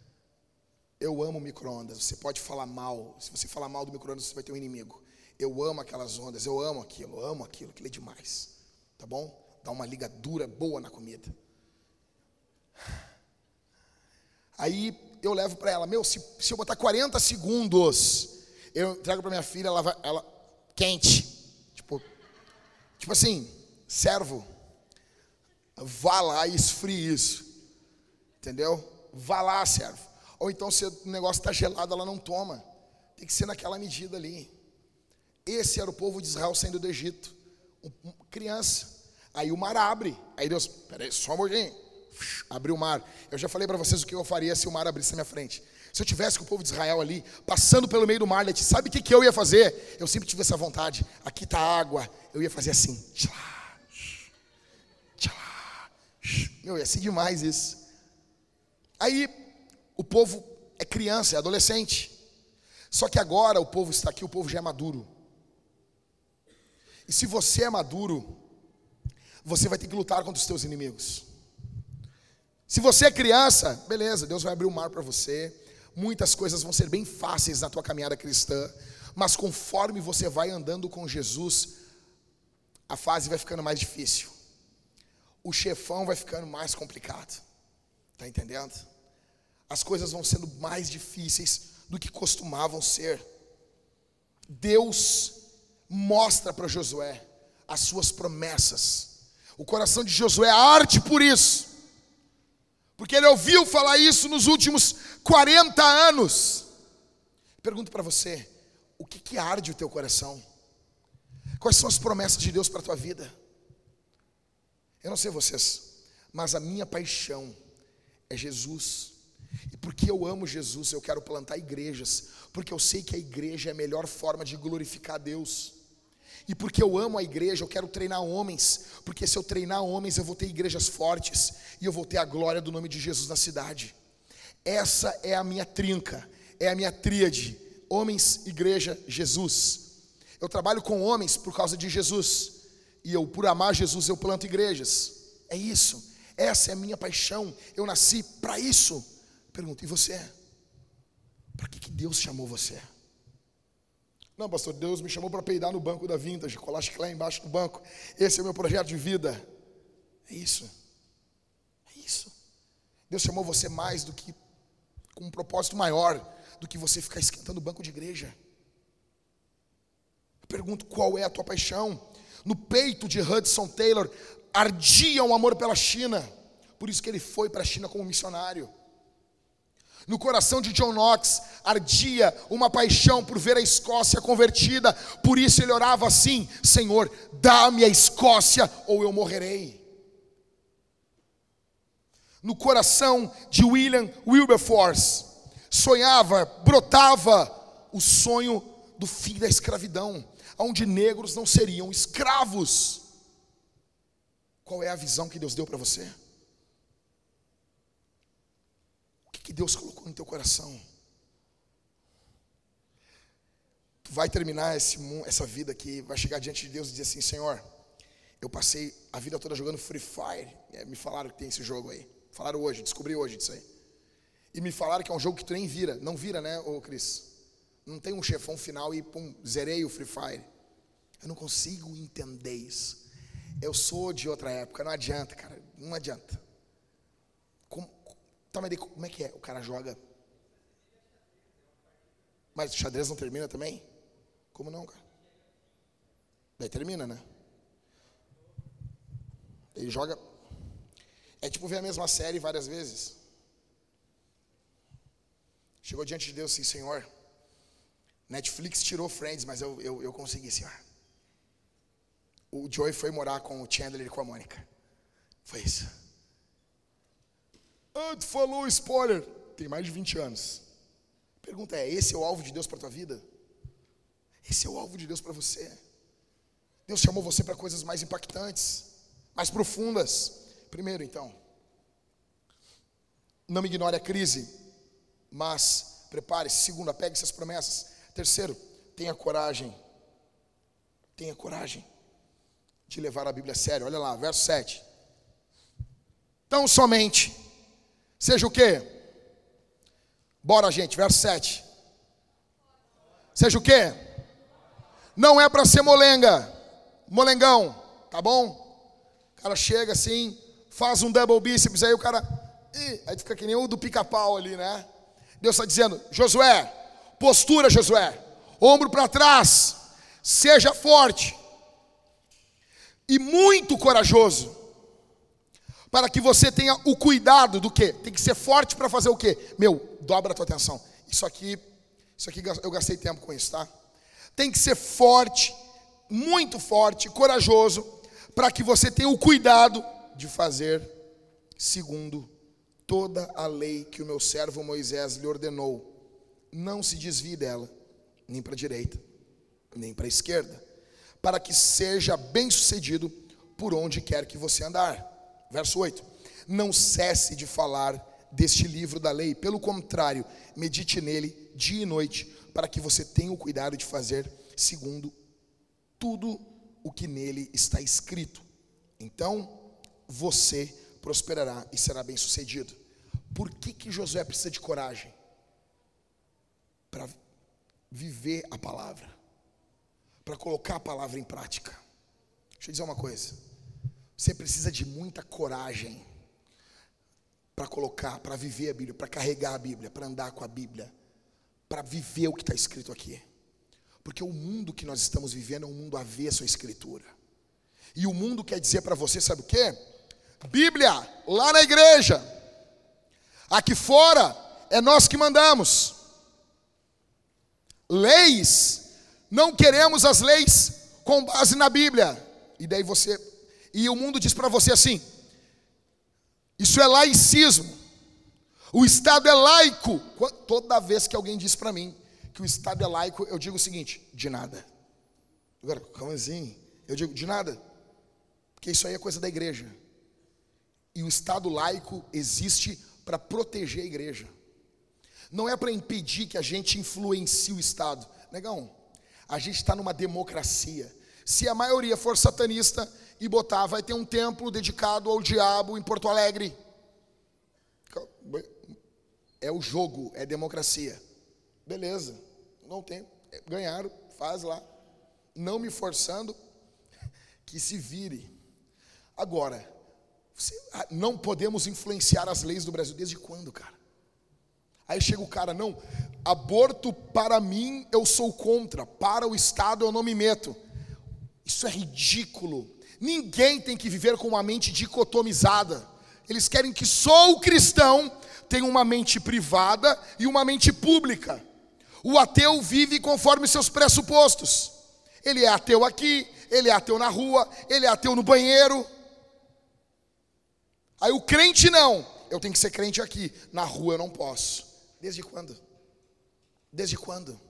Eu amo micro-ondas. Você pode falar mal. Se você falar mal do micro-ondas, você vai ter um inimigo. Eu amo aquelas ondas. Eu amo aquilo. Eu amo aquilo. Aquilo é demais. Tá bom? Dá uma ligadura boa na comida. Aí eu levo para ela, meu, se, se eu botar quarenta segundos, eu entrego para minha filha, ela vai, ela, quente. Tipo, tipo assim, servo, vá lá e esfrie isso. Entendeu? Vá lá, servo. Ou então, se o negócio está gelado, ela não toma. Tem que ser naquela medida ali. Esse era o povo de Israel saindo do Egito. Um, um, criança. Aí o mar abre. Aí Deus, peraí, só um pouquinho. Abriu o mar. Eu já falei para vocês o que eu faria se o mar abrisse na minha frente. Se eu tivesse com o povo de Israel ali, passando pelo meio do mar, sabe o que, que eu ia fazer? Eu sempre tive essa vontade. Aqui está a água. Eu ia fazer assim. Tchalá, tchalá. Meu, ia ser demais isso. Aí o povo é criança, é adolescente. Só que agora o povo está aqui, o povo já é maduro. E se você é maduro, você vai ter que lutar contra os teus inimigos. Se você é criança, beleza, Deus vai abrir o mar para você. Muitas coisas vão ser bem fáceis na tua caminhada cristã. Mas conforme você vai andando com Jesus, a fase vai ficando mais difícil. O chefão vai ficando mais complicado. Está entendendo? As coisas vão sendo mais difíceis do que costumavam ser. Deus mostra para Josué as suas promessas. O coração de Josué arde por isso, porque ele ouviu falar isso nos últimos quarenta anos. Pergunto para você, o que que arde o teu coração? Quais são as promessas de Deus para a tua vida? Eu não sei vocês, mas a minha paixão é Jesus. E porque eu amo Jesus, eu quero plantar igrejas, porque eu sei que a igreja é a melhor forma de glorificar a Deus. E porque eu amo a igreja, eu quero treinar homens, porque se eu treinar homens, eu vou ter igrejas fortes, e eu vou ter a glória do nome de Jesus na cidade. Essa é a minha trinca, é a minha tríade: homens, igreja, Jesus. Eu trabalho com homens por causa de Jesus, e eu, por amar Jesus, eu planto igrejas. É isso, essa é a minha paixão, eu nasci para isso. Pergunta, e você? Para que, que Deus chamou você? Não, pastor, Deus me chamou para peidar no banco da Vintage, colar chiclete embaixo do banco. Esse é o meu projeto de vida. É isso. É isso. Deus chamou você mais do que, com um propósito maior do que você ficar esquentando o banco de igreja. Eu pergunto, qual é a tua paixão? No peito de Hudson Taylor ardia um amor pela China. Por isso que ele foi para a China como missionário. No coração de John Knox ardia uma paixão por ver a Escócia convertida. Por isso ele orava assim: Senhor, dá-me a Escócia ou eu morrerei. No coração de William Wilberforce sonhava, brotava o sonho do fim da escravidão, onde negros não seriam escravos. Qual é a visão que Deus deu para você? Que Deus colocou no teu coração? Tu vai terminar esse, essa vida aqui, vai chegar diante de Deus e dizer assim: Senhor, eu passei a vida toda jogando Free Fire. É, me falaram que tem esse jogo aí. Falaram hoje, descobri hoje disso aí. E me falaram que é um jogo que tu nem vira. Não vira, né, ô Cris? Não tem um chefão final e pum, zerei o Free Fire. Eu não consigo entender isso. Eu sou de outra época, não adianta, cara. Não adianta. Como, Tá, mas como é que é? O cara joga. Mas o xadrez não termina também? Como não, cara? Daí termina, né? Ele joga. É tipo ver a mesma série várias vezes. Chegou diante de Deus assim: Senhor, Netflix tirou Friends, mas eu, eu, eu consegui, Senhor. O Joey foi morar com o Chandler e com a Mônica. Foi isso. Ah, tu falou spoiler. Tem mais de vinte anos. A pergunta é: esse é o alvo de Deus para a tua vida? Esse é o alvo de Deus para você? Deus chamou você para coisas mais impactantes, mais profundas. Primeiro, então, não ignore a crise, mas prepare-se. Segundo, apegue essas promessas. Terceiro, tenha coragem. Tenha coragem de levar a Bíblia a sério. Olha lá, verso sete. Então somente seja o quê? Bora, gente, verso sete. Seja o quê? Não é para ser molenga, molengão, tá bom? O cara chega assim, faz um double bíceps, aí o cara Ih, aí fica que nem o do pica-pau ali, né? Deus está dizendo: Josué, postura, Josué, ombro para trás, seja forte e muito corajoso, para que você tenha o cuidado do quê? Tem que ser forte para fazer o quê? Meu, dobra a tua atenção. Isso aqui, isso aqui eu gastei tempo com isso, tá? Tem que ser forte, muito forte, corajoso, para que você tenha o cuidado de fazer segundo toda a lei que o meu servo Moisés lhe ordenou. Não se desvie dela, nem para a direita, nem para a esquerda, para que seja bem sucedido por onde quer que você andar. Verso oito. Não cesse de falar deste livro da lei, pelo contrário, medite nele dia e noite, para que você tenha o cuidado de fazer segundo tudo o que nele está escrito. Então você prosperará e será bem sucedido. Por que que Josué precisa de coragem? Para viver a palavra, para colocar a palavra em prática. Deixa eu dizer uma coisa: você precisa de muita coragem para colocar, para viver a Bíblia, para carregar a Bíblia, para andar com a Bíblia, para viver o que está escrito aqui. Porque o mundo que nós estamos vivendo é um mundo avesso à Escritura. E o mundo quer dizer para você, sabe o quê? Bíblia, lá na igreja. Aqui fora, é nós que mandamos. Leis, não queremos as leis com base na Bíblia. E daí você, e o mundo diz para você assim: isso é laicismo. O Estado é laico. Toda vez que alguém diz para mim que o Estado é laico, eu digo o seguinte: de nada. Agora, como assim? Eu digo, de nada. Porque isso aí é coisa da igreja. E o Estado laico existe para proteger a igreja. Não é para impedir que a gente influencie o Estado. Negão, a gente está numa democracia. Se a maioria for satanista e botar, vai ter um templo dedicado ao diabo em Porto Alegre. É o jogo, é democracia. Beleza, não tem, ganharam, faz lá. Não me forçando, que se vire. Agora, você, não podemos influenciar as leis do Brasil. Desde quando, cara? Aí chega o cara: não, aborto para mim eu sou contra, para o Estado eu não me meto. Isso é ridículo. Ninguém tem que viver com uma mente dicotomizada. Eles querem que só o cristão tenha uma mente privada e uma mente pública. O ateu vive conforme seus pressupostos. Ele é ateu aqui, ele é ateu na rua, ele é ateu no banheiro. Aí o crente não, eu tenho que ser crente aqui, na rua eu não posso. Desde quando? Desde quando?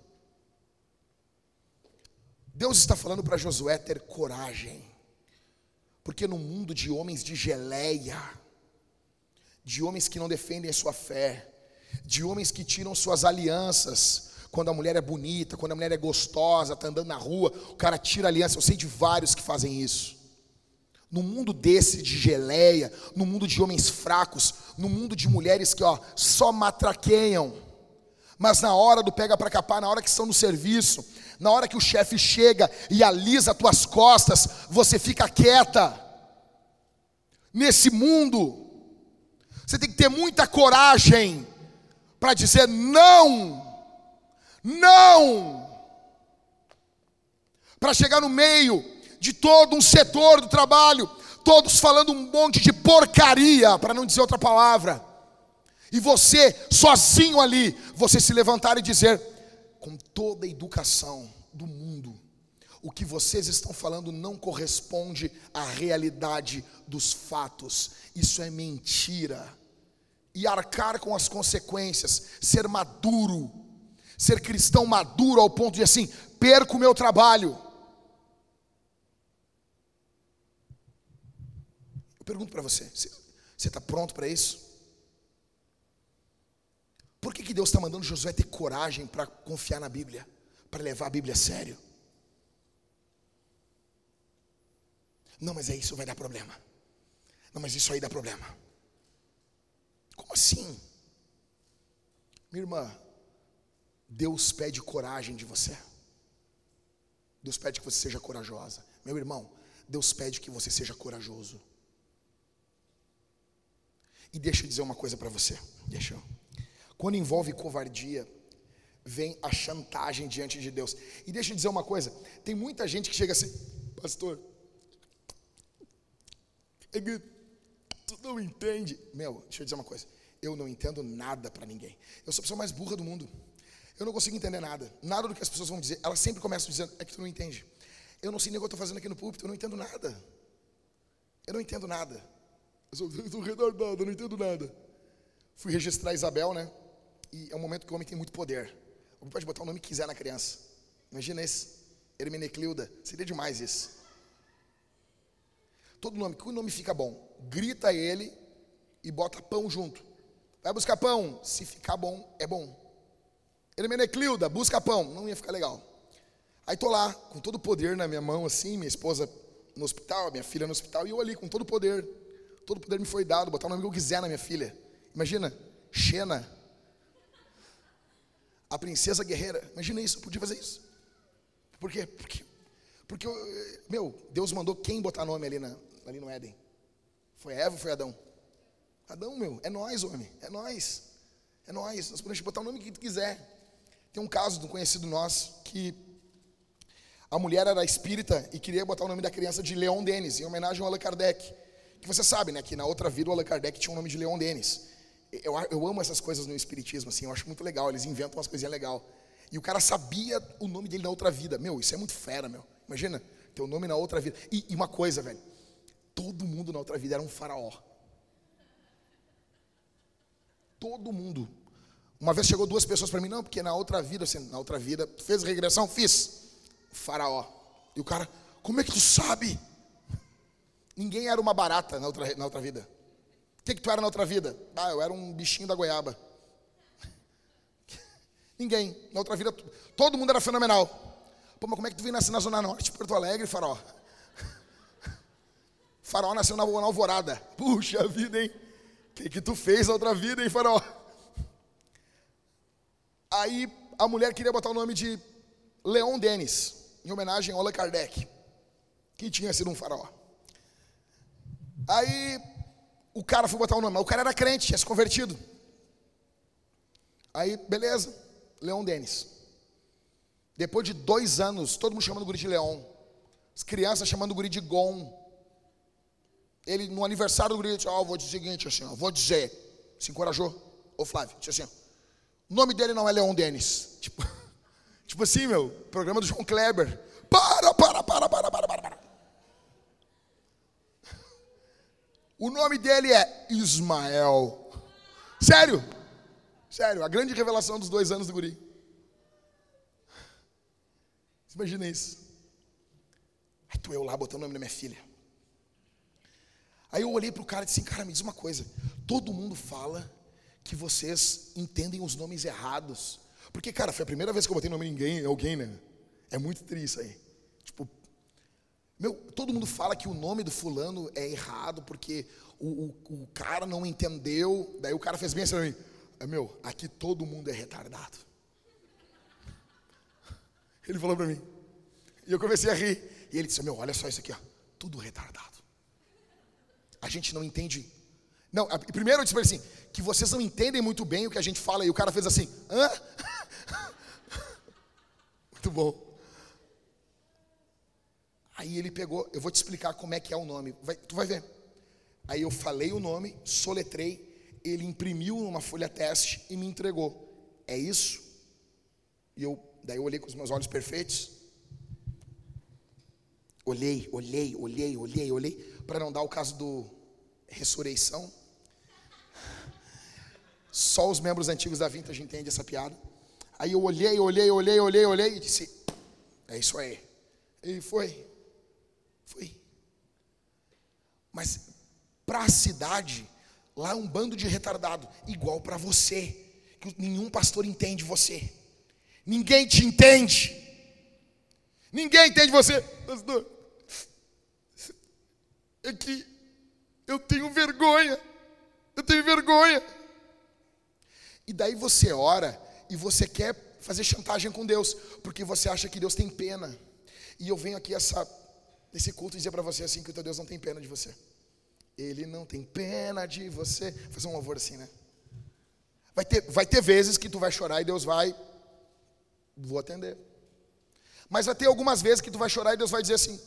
Deus está falando para Josué ter coragem, porque no mundo de homens de geleia, de homens que não defendem a sua fé, de homens que tiram suas alianças, quando a mulher é bonita, quando a mulher é gostosa, está andando na rua, o cara tira a aliança. Eu sei de vários que fazem isso. No mundo desse de geleia, no mundo de homens fracos, no mundo de mulheres que ó, só matraqueiam, mas na hora do pega para capar, na hora que estão no serviço, na hora que o chefe chega e alisa as tuas costas, você fica quieta. Nesse mundo, você tem que ter muita coragem para dizer não, não, para chegar no meio de todo um setor do trabalho, todos falando um monte de porcaria, para não dizer outra palavra, e você sozinho ali, você se levantar e dizer, com toda a educação do mundo, o que vocês estão falando não corresponde à realidade dos fatos, isso é mentira, e arcar com as consequências, ser maduro, ser cristão maduro ao ponto de assim, perco o meu trabalho. Eu pergunto para você, você está pronto para isso? Por que que Deus está mandando Josué ter coragem para confiar na Bíblia, para levar a Bíblia a sério? Não, mas é isso, vai dar problema. Não, mas isso aí dá problema. Como assim? Minha irmã, Deus pede coragem de você. Deus pede que você seja corajosa. Meu irmão, Deus pede que você seja corajoso. E deixa eu dizer uma coisa para você. Deixa eu. Quando envolve covardia, vem a chantagem diante de Deus. E deixa eu dizer uma coisa. Tem muita gente que chega assim: pastor, é que tu não entende. Meu, deixa eu dizer uma coisa. Eu não entendo nada para ninguém. Eu sou a pessoa mais burra do mundo. Eu não consigo entender nada. Nada do que as pessoas vão dizer. Elas sempre começam dizendo: é que tu não entende. Eu não sei nem o que eu estou fazendo aqui no púlpito. Eu não entendo nada. Eu não entendo nada. Eu sou, eu sou retardado, eu não entendo nada. Fui registrar a Isabel, né? E é um momento que o homem tem muito poder. O homem pode botar o nome que quiser na criança. Imagina esse. Hermenecleuda. Seria demais isso. Todo nome, que o nome fica bom. Grita ele e bota pão junto. Vai buscar pão. Se ficar bom, é bom. Hermenecleuda, busca pão. Não ia ficar legal. Aí tô lá, com todo o poder na minha mão, assim, minha esposa no hospital, minha filha no hospital, e eu ali com todo o poder. Todo o poder me foi dado, botar o nome que eu quiser na minha filha. Imagina, Xena, a princesa guerreira. Imagina isso, eu podia fazer isso. Por quê? Porque, porque meu, Deus mandou quem botar nome ali, na, ali no Éden? Foi Eva ou foi Adão? Adão, meu, é nós, homem, é nós. É nós, nós podemos botar o nome que tu quiser. Tem um caso de um conhecido nosso que a mulher era espírita e queria botar o nome da criança de Leon Denis, em homenagem ao Allan Kardec. Que você sabe, né, que na outra vida o Allan Kardec tinha o nome de Leon Denis. Eu, eu amo essas coisas no espiritismo, assim, eu acho muito legal, eles inventam umas coisinhas legais. E o cara sabia o nome dele na outra vida. Meu, isso é muito fera, meu. Imagina, ter o nome na outra vida. E, e uma coisa, velho, todo mundo na outra vida era um faraó. Todo mundo. Uma vez chegou duas pessoas para mim: não, porque na outra vida, assim, na outra vida, fez regressão? Fiz. Faraó. E o cara: como é que tu sabe? Ninguém era uma barata na outra, na outra vida. O que que tu era na outra vida? Ah, eu era um bichinho da goiaba. Ninguém. Na outra vida, todo mundo era fenomenal. Pô, mas como é que tu veio nascer na Zona Norte, Porto Alegre, Faraó? Faraó nasceu na, na Alvorada. Puxa vida, hein? O que que tu fez na outra vida, hein, Faraó? Aí a mulher queria botar o nome de Leon Denis, em homenagem ao Allan Kardec, que tinha sido um faraó. Aí o cara foi botar o nome, mas o cara era crente, tinha se convertido. Aí, beleza, Leon Denis. Depois de dois anos, todo mundo chamando o guri de Leon. As crianças chamando o guri de Gon. Ele, no aniversário do guri, disse: ó, oh, vou dizer o seguinte, assim, ó, vou dizer. Se encorajou. Ô Flávio, disse assim, ó, o nome dele não é Leon Denis. Tipo, tipo assim, meu, programa do João Kleber. Para, para, para, para, para, para, para. O nome dele é Ismael. Sério? Sério, a grande revelação dos dois anos do guri. Imagina isso. Aí tô eu lá botando o nome da minha filha. Aí eu olhei pro cara e disse assim: cara, me diz uma coisa. Todo mundo fala que vocês entendem os nomes errados. Porque, cara, foi a primeira vez que eu botei nome em ninguém, alguém, né? É muito triste isso aí. Tipo, meu, todo mundo fala que o nome do fulano é errado porque o, o, o cara não entendeu. Daí o cara fez bem assim pra mim: meu, aqui todo mundo é retardado. Ele falou pra mim. E eu comecei a rir. E ele disse: meu, olha só isso aqui, ó. Tudo retardado. A gente não entende. Não, a, primeiro eu disse pra ele assim: que vocês não entendem muito bem o que a gente fala. E o cara fez assim: hã? Muito bom. Aí ele pegou: eu vou te explicar como é que é o nome. Vai, tu vai ver. Aí eu falei o nome, soletrei. Ele imprimiu numa folha teste e me entregou. É isso? E eu, daí eu olhei com os meus olhos perfeitos. Olhei, olhei, olhei, olhei, olhei. Para não dar o caso do ressurreição. Só os membros antigos da Vintage entendem essa piada. Aí eu olhei, olhei, olhei, olhei, olhei e disse: é isso aí. E foi. Foi. Mas para a cidade, lá é um bando de retardado, igual para você, que nenhum pastor entende você. Ninguém te entende. Ninguém entende você. Pastor, é que eu tenho vergonha. Eu tenho vergonha. E daí você ora e você quer fazer chantagem com Deus, porque você acha que Deus tem pena. E eu venho aqui essa, nesse culto dizer para você assim, que o teu Deus não tem pena de você. Ele não tem pena de você. Vou fazer um louvor assim, né? Vai ter, vai ter vezes que tu vai chorar e Deus vai, vou atender. Mas vai ter algumas vezes que tu vai chorar e Deus vai dizer assim.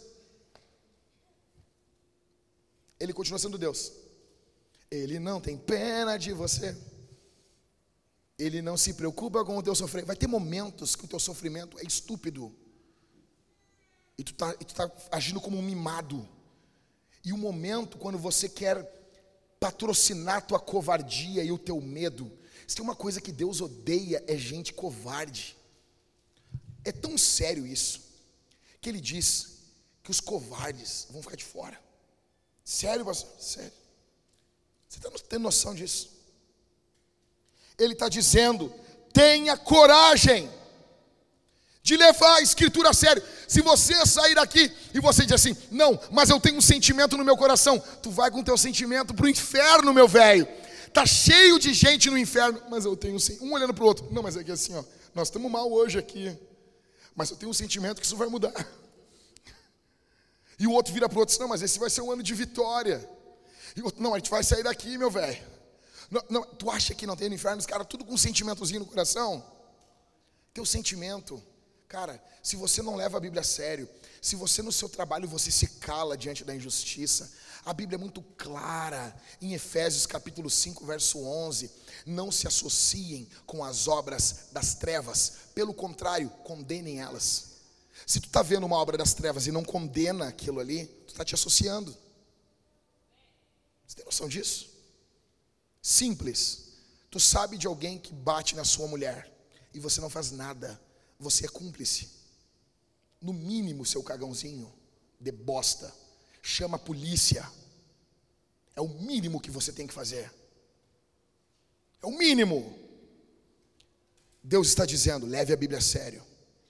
Ele continua sendo Deus. Ele não tem pena de você. Ele não se preocupa com o teu sofrimento. Vai ter momentos que o teu sofrimento é estúpido. E tu tá, e tu tá agindo como um mimado. E o momento quando você quer patrocinar a tua covardia e o teu medo. Se tem uma coisa que Deus odeia, é gente covarde. É tão sério isso, que Ele diz que os covardes vão ficar de fora. Sério, pastor? Sério. Você está tendo noção disso? Ele está dizendo, tenha coragem de levar a Escritura a sério. Se você sair daqui e você dizer assim, não, mas eu tenho um sentimento no meu coração, tu vai com o teu sentimento para o inferno, meu velho. Está cheio de gente no inferno, mas eu tenho um, um olhando para o outro. Não, mas é que assim, ó, nós estamos mal hoje aqui, mas eu tenho um sentimento que isso vai mudar. E o outro vira para o outro, não, mas esse vai ser um ano de vitória. E o outro, não, a gente vai sair daqui, meu velho. Não, não, tu acha que não tem no inferno, os caras tudo com um sentimentozinho no coração? Teu sentimento, cara, se você não leva a Bíblia a sério, se você no seu trabalho você se cala diante da injustiça, a Bíblia é muito clara, em Efésios capítulo cinco, verso onze, não se associem com as obras das trevas, pelo contrário, condenem elas. Se tu está vendo uma obra das trevas e não condena aquilo ali, tu está te associando. Você tem noção disso? Simples. Tu sabe de alguém que bate na sua mulher e você não faz nada, você é cúmplice. No mínimo, seu cagãozinho de bosta, chama a polícia. É o mínimo que você tem que fazer. É o mínimo. Deus está dizendo, leve a Bíblia a sério.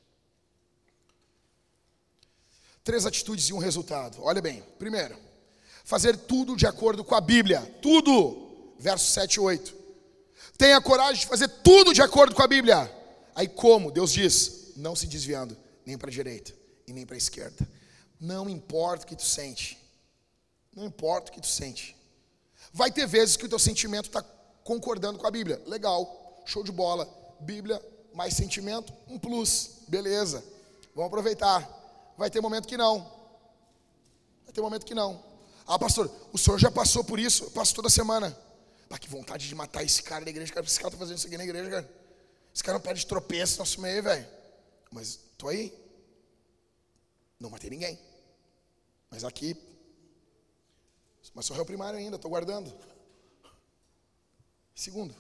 Três atitudes e um resultado. Olha bem, primeiro, fazer tudo de acordo com a Bíblia. Tudo. Versos sete e oito. Tenha coragem de fazer tudo de acordo com a Bíblia. Aí como? Deus diz, não se desviando, nem para a direita e nem para a esquerda. Não importa o que tu sente. Não importa o que tu sente. Vai ter vezes que o teu sentimento está concordando com a Bíblia. Legal, show de bola. Bíblia mais sentimento, um plus. Beleza, vamos aproveitar. Vai ter momento que não. Vai ter momento que não. Ah, pastor, o senhor já passou por isso? Eu passo toda semana. Pá, que vontade de matar esse cara da igreja. Cara, esse cara tá fazendo isso aqui na igreja, cara. Esse cara não perde tropeço no nosso meio, velho. Mas tô aí. Não matei ninguém. Mas aqui. Mas sou réu primário ainda, estou guardando. Segundo.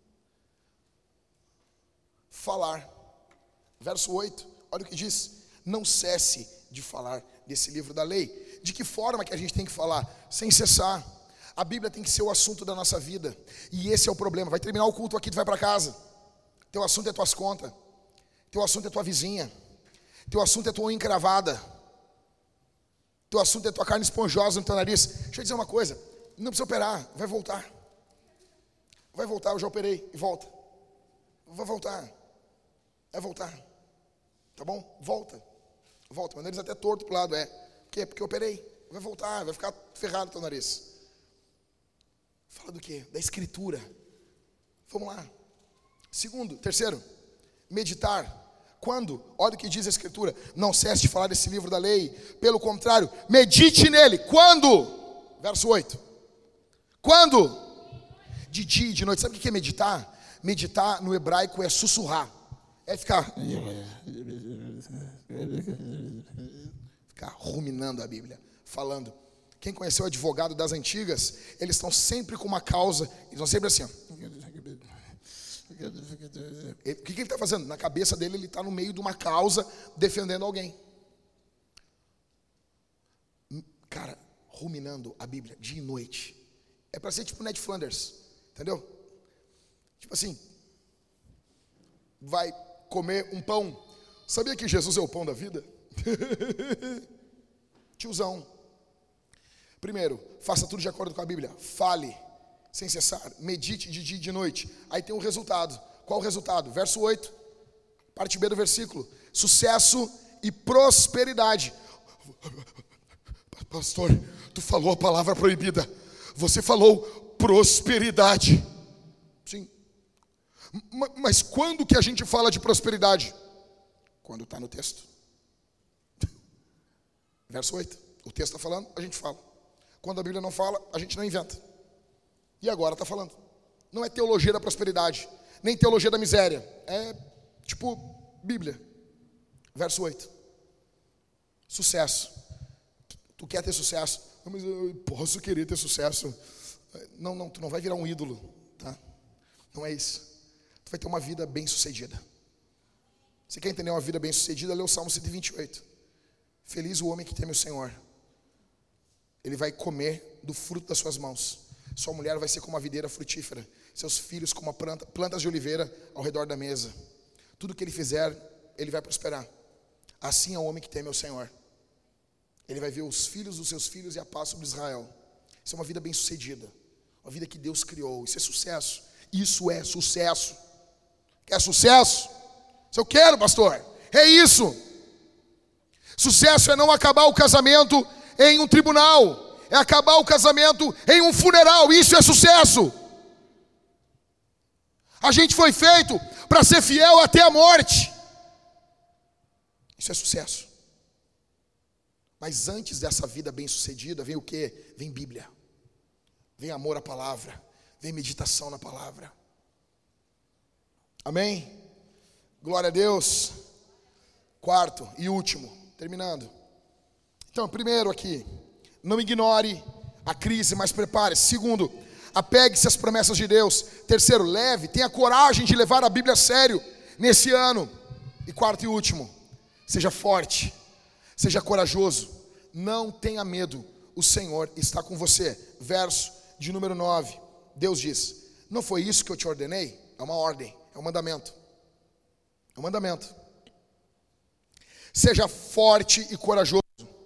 Falar. Verso oito. Olha o que diz. Não cesse de falar desse livro da lei. De que forma que a gente tem que falar? Sem cessar. A Bíblia tem que ser o assunto da nossa vida. E esse é o problema. Vai terminar o culto aqui, tu vai para casa. Teu assunto é tuas contas. Teu assunto é tua vizinha. Teu assunto é tua unha encravada. Teu assunto é tua carne esponjosa no teu nariz. Deixa eu dizer uma coisa. Não precisa operar. Vai voltar. Vai voltar, eu já operei. E volta. Vai voltar. Vai voltar. Tá bom? Volta. Volta. Meu nariz até torto pro lado, é. Por quê? Porque eu operei. Vai voltar, vai ficar ferrado o teu nariz. Fala do quê? Da Escritura. Vamos lá. Segundo, terceiro, meditar. Quando? Olha o que diz a Escritura. Não cesse de falar desse livro da lei. Pelo contrário, medite nele. Quando? Verso oito. Quando? De dia e de noite. Sabe o que é meditar? Meditar no hebraico é sussurrar. É ficar ficar ruminando a Bíblia, falando. Quem conheceu o advogado das antigas, eles estão sempre com uma causa, eles estão sempre assim, ó. O que, que ele está fazendo? Na cabeça dele, ele está no meio de uma causa, defendendo alguém. Cara, ruminando a Bíblia, dia e noite. É para ser tipo Ned Flanders, entendeu? Tipo assim, vai comer um pão. Sabia que Jesus é o pão da vida? Tiozão. Primeiro, faça tudo de acordo com a Bíblia. Fale, sem cessar. Medite de dia e de noite. Aí tem um resultado. Qual o resultado? Verso oito, parte B do versículo. Sucesso e prosperidade. Pastor, tu falou a palavra proibida. Você falou prosperidade. Sim. Mas quando que a gente fala de prosperidade? Quando está no texto. Verso oito. O texto está falando, a gente fala. Quando a Bíblia não fala, a gente não inventa. E agora está falando. Não é teologia da prosperidade, nem teologia da miséria. É tipo Bíblia. Verso oito. Sucesso. Tu quer ter sucesso? Não, mas eu posso querer ter sucesso. Não, não, tu não vai virar um ídolo, tá? Não é isso. Tu vai ter uma vida bem sucedida. Você quer entender uma vida bem sucedida? Lê o Salmo cento e vinte e oito. Feliz o homem que teme o Senhor. Ele vai comer do fruto das suas mãos. Sua mulher vai ser como uma videira frutífera. Seus filhos como uma planta, plantas de oliveira ao redor da mesa. Tudo que ele fizer, ele vai prosperar. Assim é o homem que teme o Senhor. Ele vai ver os filhos dos seus filhos e a paz sobre Israel. Isso é uma vida bem sucedida. Uma vida que Deus criou. Isso é sucesso. Isso é sucesso. Quer sucesso? Se eu quero, pastor. É isso. Sucesso é não acabar o casamento em um tribunal. É acabar o casamento em um funeral. Isso é sucesso. A gente foi feito para ser fiel até a morte. Isso é sucesso. Mas antes dessa vida bem sucedida, vem o quê? Vem Bíblia. Vem amor à palavra. Vem meditação na palavra. Amém? Glória a Deus. Quarto e último, terminando. Então, primeiro aqui, não ignore a crise, mas prepare-se. Segundo, apegue-se às promessas de Deus. Terceiro, leve, tenha coragem de levar a Bíblia a sério nesse ano. E quarto e último, seja forte, seja corajoso, não tenha medo, o Senhor está com você. Verso de número nove, Deus diz: não foi isso que eu te ordenei? É uma ordem, é um mandamento. É um mandamento. Seja forte e corajoso.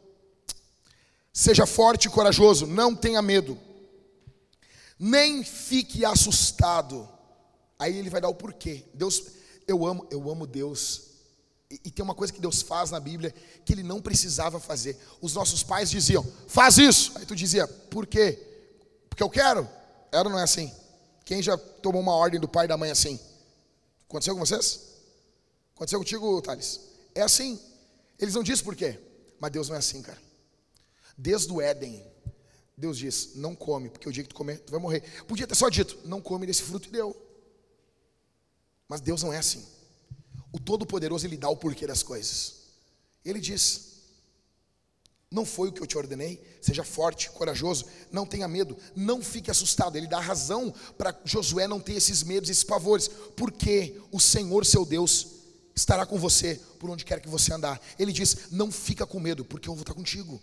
Seja forte e corajoso, não tenha medo. Nem fique assustado. Aí ele vai dar o porquê. Deus, eu amo, eu amo Deus. E, e tem uma coisa que Deus faz na Bíblia que ele não precisava fazer. Os nossos pais diziam: faz isso. Aí tu dizia: por quê? Porque eu quero. Era ou não é assim? Quem já tomou uma ordem do pai e da mãe assim? Aconteceu com vocês? Aconteceu contigo, Thales? É assim. Eles não dizem por quê. Mas Deus não é assim, cara. Desde o Éden, Deus diz: não come, porque o dia que tu comer, tu vai morrer. Podia ter só dito: não come desse fruto, e deu. Mas Deus não é assim. O Todo-Poderoso, ele dá o porquê das coisas. Ele diz: não foi o que eu te ordenei? Seja forte, corajoso, não tenha medo, não fique assustado. Ele dá razão para Josué não ter esses medos, esses pavores, porque o Senhor seu Deus estará com você por onde quer que você andar. Ele diz: não fica com medo, porque eu vou estar contigo.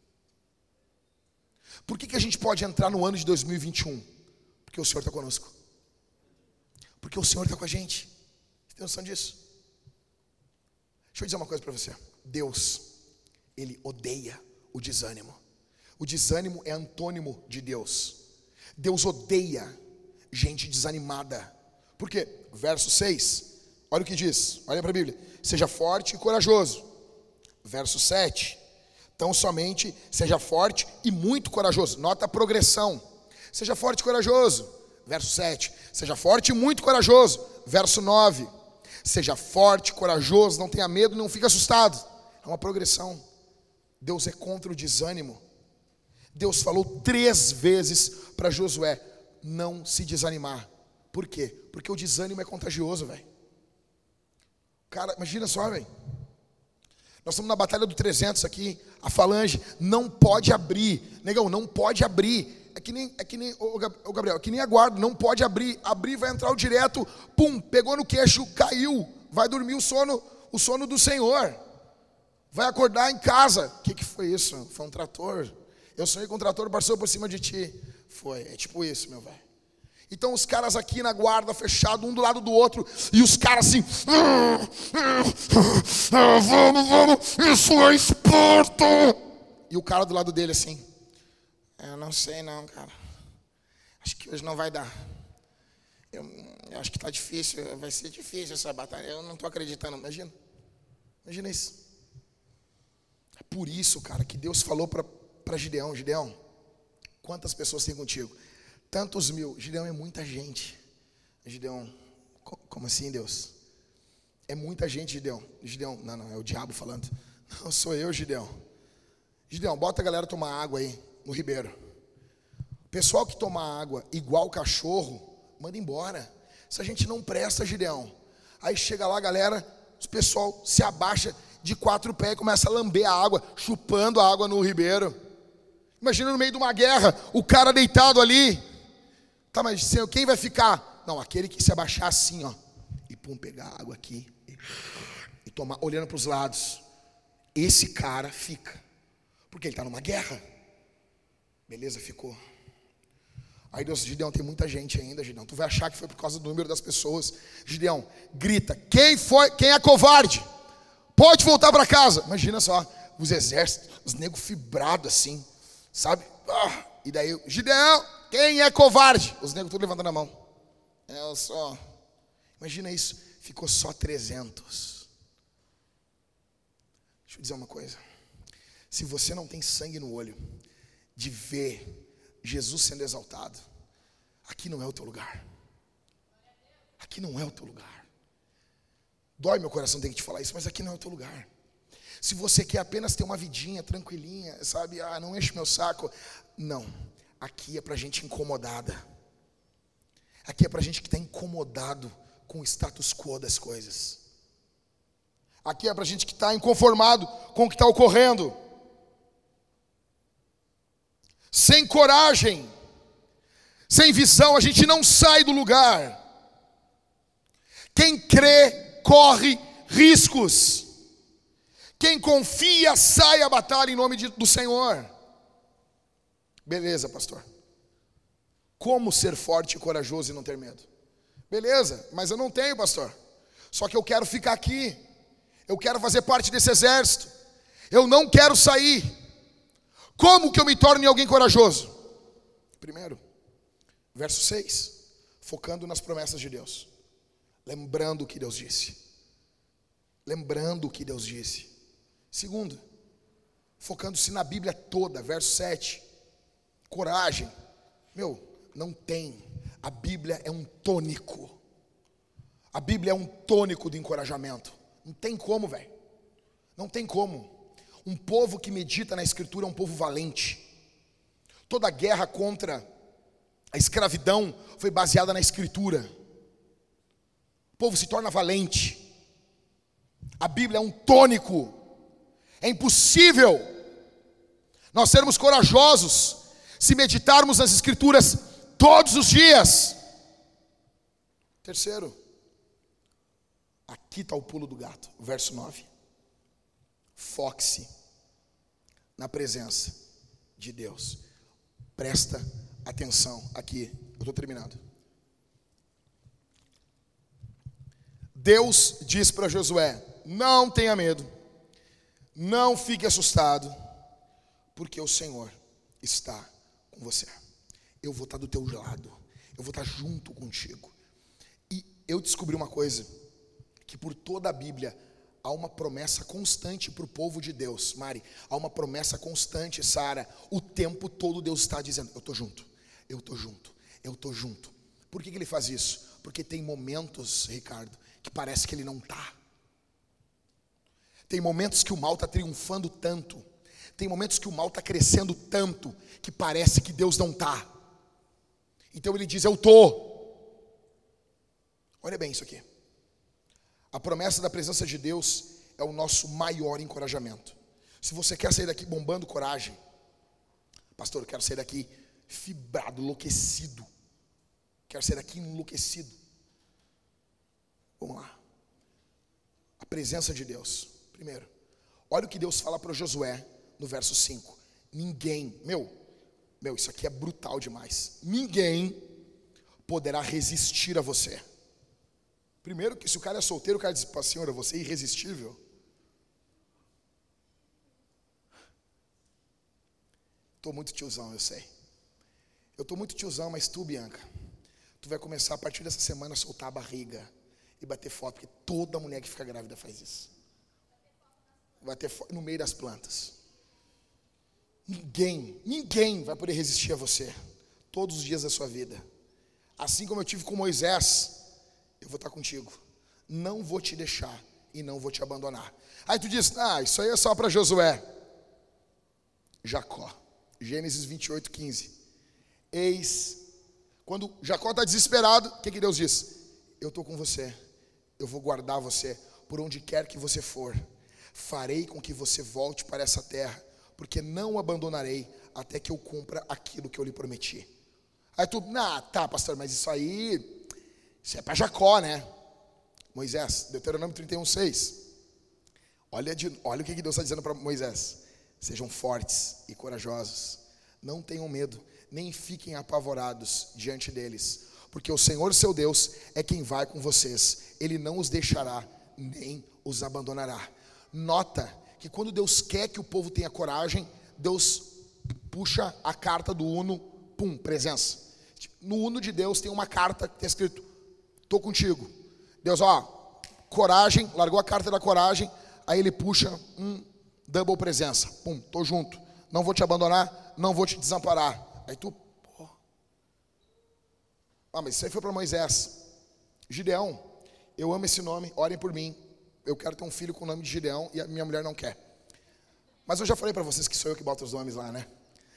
Por que que a gente pode entrar no ano de dois mil e vinte e um? Porque o Senhor está conosco. Porque o Senhor está com a gente. Você tem noção disso? Deixa eu dizer uma coisa para você. Deus, ele odeia o desânimo. O desânimo é antônimo de Deus. Deus odeia gente desanimada. Por quê? Verso seis, olha o que diz. Olha para a Bíblia: seja forte e corajoso. Verso sete, tão somente seja forte e muito corajoso. Nota a progressão. Seja forte e corajoso. Verso sete, seja forte e muito corajoso. Verso nove, seja forte, corajoso, não tenha medo, não fique assustado. É uma progressão. Deus é contra o desânimo. Deus falou três vezes para Josué não se desanimar. Por quê? Porque o desânimo é contagioso, velho. Cara, imagina só, velho. Nós estamos na batalha do trezentos aqui. A falange não pode abrir. Negão, não pode abrir. É que nem, é que nem o Gabriel, é que nem a guarda, não pode abrir. Abrir, vai entrar o direto, pum, pegou no queixo, caiu. Vai dormir o sono, o sono do Senhor. Vai acordar em casa. O que, que foi isso? Foi um trator. Eu sonhei com um trator, passou por cima de ti. Foi, é tipo isso, meu velho. Então os caras aqui na guarda, fechado, um do lado do outro. E os caras assim: vamos, vamos, isso é Esparta. E o cara do lado dele assim: eu não sei não, cara. Acho que hoje não vai dar. Eu, eu acho que está difícil, vai ser difícil essa batalha. Eu não estou acreditando, imagina. Imagina isso. É por isso, cara, que Deus falou para Gideão: Gideão, Quantas pessoas tem contigo? Tantos mil. Gideão, é muita gente. Gideão, como assim, Deus? É muita gente, Gideão. Gideão, não, não, é o diabo falando. Não, sou eu, Gideão. Gideão, bota a galera tomar água aí, no Ribeiro. O pessoal que toma água igual cachorro, manda embora. Se a gente não presta, Gideão. Aí chega lá, galera, o pessoal se abaixa de quatro pés e começa a lamber a água, chupando a água no Ribeiro. Imagina no meio de uma guerra, o cara deitado ali. Tá, mas Senhor, quem vai ficar? Não, aquele que se abaixar assim, ó. E pum, pegar a água aqui. E, e tomar, olhando para os lados. Esse cara fica. Porque ele está numa guerra. Beleza, ficou. Aí Deus, Gideão, tem muita gente ainda, Gideão. Tu vai achar que foi por causa do número das pessoas. Gideão, grita. Quem foi, quem é covarde? Pode voltar para casa. Imagina só, os exércitos, os negros fibrados assim. Sabe? Ah, e daí, Gideão, quem é covarde? Os negros tudo levantando a mão. É só. Imagina isso. Ficou só trezentos. Deixa eu dizer uma coisa. Se você não tem sangue no olho de ver Jesus sendo exaltado, aqui não é o teu lugar. Aqui não é o teu lugar. Dói meu coração ter que te falar isso, mas aqui não é o teu lugar. Se você quer apenas ter uma vidinha tranquilinha, sabe, ah, não enche meu saco. Não, aqui é pra gente incomodada. Aqui é pra gente que está incomodado com o status quo das coisas. Aqui é pra gente que está inconformado com o que está ocorrendo. Sem coragem, sem visão, a gente não sai do lugar. Quem crê, corre riscos. Quem confia, sai à batalha em nome de, do Senhor. Beleza, pastor. Como ser forte e corajoso e não ter medo? Beleza, mas eu não tenho, pastor. Só que eu quero ficar aqui. Eu quero fazer parte desse exército. Eu não quero sair. Como que eu me torno em alguém corajoso? Primeiro, verso seis. Focando nas promessas de Deus. Lembrando o que Deus disse. Lembrando o que Deus disse. Segundo, focando-se na Bíblia toda, verso sete. Coragem. Meu, não tem. A Bíblia é um tônico. A Bíblia é um tônico de encorajamento. Não tem como, velho. Não tem como. Um povo que medita na Escritura é um povo valente. Toda a guerra contra a escravidão foi baseada na Escritura. O povo se torna valente. A Bíblia é um tônico. É impossível nós sermos corajosos se meditarmos nas Escrituras todos os dias. Terceiro, aqui está o pulo do gato, verso nove. Foque-se na presença de Deus. Presta atenção aqui, eu estou terminando. Deus diz para Josué: não tenha medo, não fique assustado, porque o Senhor está com você. Eu vou estar do teu lado, eu vou estar junto contigo. E eu descobri uma coisa, que por toda a Bíblia há uma promessa constante para o povo de Deus. Mari, há uma promessa constante, Sara. O tempo todo Deus está dizendo: eu estou junto, eu estou junto, eu estou junto. Por que que ele faz isso? Porque tem momentos, Ricardo, que parece que ele não está. Tem momentos que o mal está triunfando tanto. Tem momentos que o mal está crescendo tanto, que parece que Deus não está. Então ele diz: eu estou. Olha bem isso aqui. A promessa da presença de Deus é o nosso maior encorajamento. Se você quer sair daqui bombando coragem, pastor, eu quero sair daqui fibrado, enlouquecido. Quero sair daqui enlouquecido. Vamos lá. A presença de Deus. Primeiro, olha o que Deus fala para Josué no verso cinco. Ninguém, meu, meu, isso aqui é brutal demais. Ninguém poderá resistir a você. Primeiro que se o cara é solteiro, o cara diz: pô, Senhor, você é irresistível. Estou muito tiozão, eu sei. Eu estou muito tiozão, mas tu, Bianca, tu vai começar a partir dessa semana a soltar a barriga e bater foto, porque toda mulher que fica grávida faz isso. Vai ter foto no meio das plantas. Ninguém, ninguém vai poder resistir a você todos os dias da sua vida. Assim como eu tive com Moisés, eu vou estar contigo. Não vou te deixar e não vou te abandonar. Aí tu diz, ah, isso aí é só para Josué. Jacó, Gênesis vinte e oito, quinze. Eis, quando Jacó está desesperado, o que, que Deus diz? Eu estou com você, eu vou guardar você por onde quer que você for. Farei com que você volte para essa terra, porque não o abandonarei até que eu cumpra aquilo que eu lhe prometi. Aí tu, ah, tá, pastor, mas isso aí, isso é para Jacó, né? Moisés, Deuteronômio trinta e um, seis. Olha, de, olha o que Deus está dizendo para Moisés. Sejam fortes e corajosos. Não tenham medo, nem fiquem apavorados diante deles. Porque o Senhor, seu Deus, é quem vai com vocês. Ele não os deixará, nem os abandonará. Nota que quando Deus quer que o povo tenha coragem, Deus puxa a carta do Uno, pum, presença. No Uno de Deus tem uma carta que está escrito, estou contigo. Deus, ó, coragem, largou a carta da coragem, aí ele puxa um double presença, pum, tô junto, não vou te abandonar, não vou te desamparar. Aí tu, pô, ah, mas isso aí foi para Moisés. Gideão, eu amo esse nome, orem por mim, eu quero ter um filho com o nome de Gideão e a minha mulher não quer. Mas eu já falei para vocês que sou eu que boto os nomes lá, né?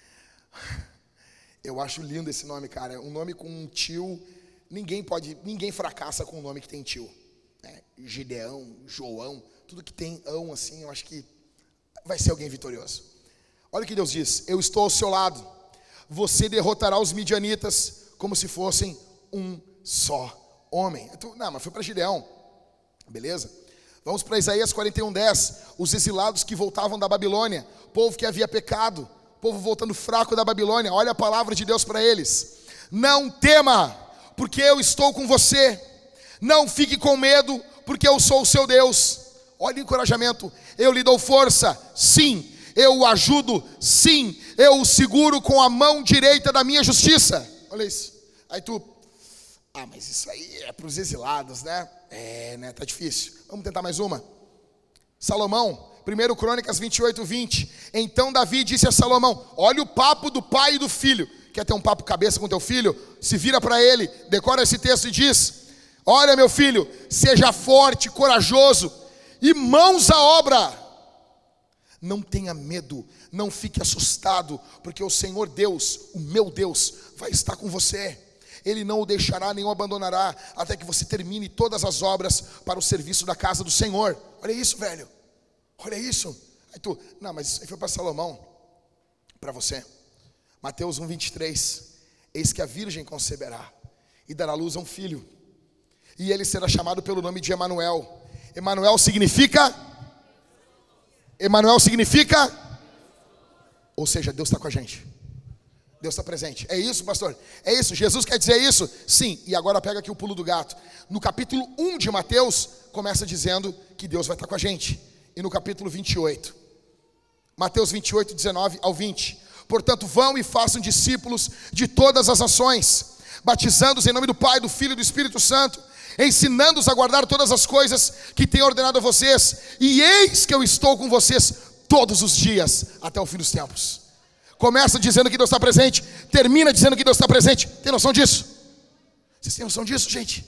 Eu acho lindo esse nome, cara, um nome com um tio. Ninguém pode, ninguém fracassa com um nome que tem tio, né? Gideão, João, tudo que tem ão assim, eu acho que vai ser alguém vitorioso. Olha o que Deus diz, eu estou ao seu lado, você derrotará os midianitas como se fossem um só homem. Então, não, mas foi para Gideão, beleza? Vamos para Isaías quarenta e um, dez, os exilados que voltavam da Babilônia, povo que havia pecado, povo voltando fraco da Babilônia, olha a palavra de Deus para eles, não tema, porque eu estou com você, não fique com medo, porque eu sou o seu Deus. Olha o encorajamento, eu lhe dou força, sim, eu o ajudo, sim, eu o seguro com a mão direita da minha justiça. Olha isso, aí tu, ah, mas isso aí é para os exilados, né? É, né, tá difícil, vamos tentar mais uma. Salomão, primeiro Crônicas vinte e oito, vinte, então Davi disse a Salomão, olha o papo do pai e do filho. Quer ter um papo cabeça com teu filho? Se vira para ele, decora esse texto e diz, olha meu filho, seja forte, corajoso e mãos à obra. Não tenha medo, não fique assustado, porque o Senhor Deus, o meu Deus, vai estar com você. Ele não o deixará nem o abandonará, até que você termine todas as obras para o serviço da casa do Senhor. Olha isso, velho, olha isso. Aí tu, não, mas isso aí foi para Salomão, para você. Mateus um, vinte e três, eis que a virgem conceberá e dará à luz a um filho, e ele será chamado pelo nome de Emanuel. Emanuel significa, Emanuel significa, ou seja, Deus está com a gente, Deus está presente. É isso, pastor? É isso, Jesus quer dizer isso? Sim, e agora pega aqui o pulo do gato. No capítulo um de Mateus, começa dizendo que Deus vai estar com a gente, e no capítulo vinte e oito, Mateus vinte e oito, dezenove ao vinte, portanto vão e façam discípulos de todas as nações, batizando-os em nome do Pai, do Filho e do Espírito Santo, ensinando-os a guardar todas as coisas que tenho ordenado a vocês, e eis que eu estou com vocês todos os dias, até o fim dos tempos. Começa dizendo que Deus está presente, termina dizendo que Deus está presente. Tem noção disso? Vocês têm noção disso, gente?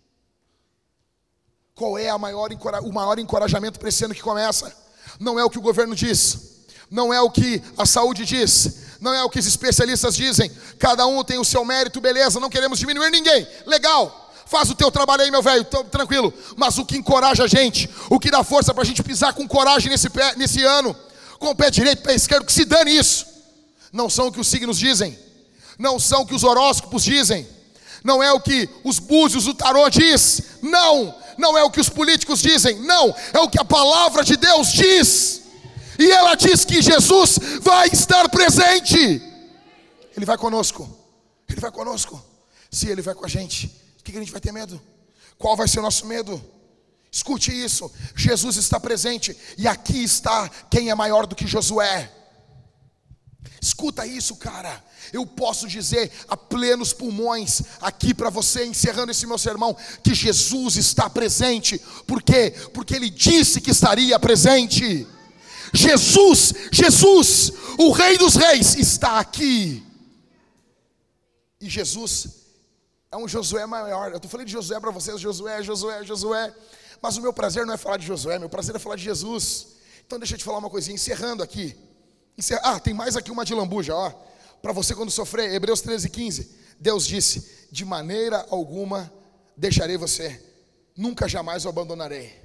Qual é a maior, o maior encorajamento para esse ano que começa? Não é o que o governo diz, não é o que a saúde diz, não é o que os especialistas dizem. Cada um tem o seu mérito, beleza, não queremos diminuir ninguém, legal, faz o teu trabalho aí, meu velho, tranquilo. Mas o que encoraja a gente, o que dá força para a gente pisar com coragem nesse, pé, nesse ano, com o pé direito, pé esquerdo, que se dane isso, não são o que os signos dizem, não são o que os horóscopos dizem, não é o que os búzios, o tarô diz, não, não é o que os políticos dizem, não, é o que a palavra de Deus diz. E ela diz que Jesus vai estar presente. Ele vai conosco, Ele vai conosco. Se Ele vai com a gente, o que a gente vai ter medo? Qual vai ser o nosso medo? Escute isso, Jesus está presente, e aqui está quem é maior do que Josué. Escuta isso, cara. Eu posso dizer a plenos pulmões aqui para você, encerrando esse meu sermão, que Jesus está presente. Por quê? Porque Ele disse que estaria presente. Jesus, Jesus, o Rei dos Reis está aqui. E Jesus é um Josué maior. Eu estou falando de Josué para vocês, Josué, Josué, Josué. Mas o meu prazer não é falar de Josué, meu prazer é falar de Jesus. Então deixa eu te falar uma coisinha, encerrando aqui. Encerra... Ah, tem mais aqui uma de lambuja, ó. Para você quando sofrer, Hebreus treze, quinze. Deus disse: de maneira alguma deixarei você, nunca jamais o abandonarei.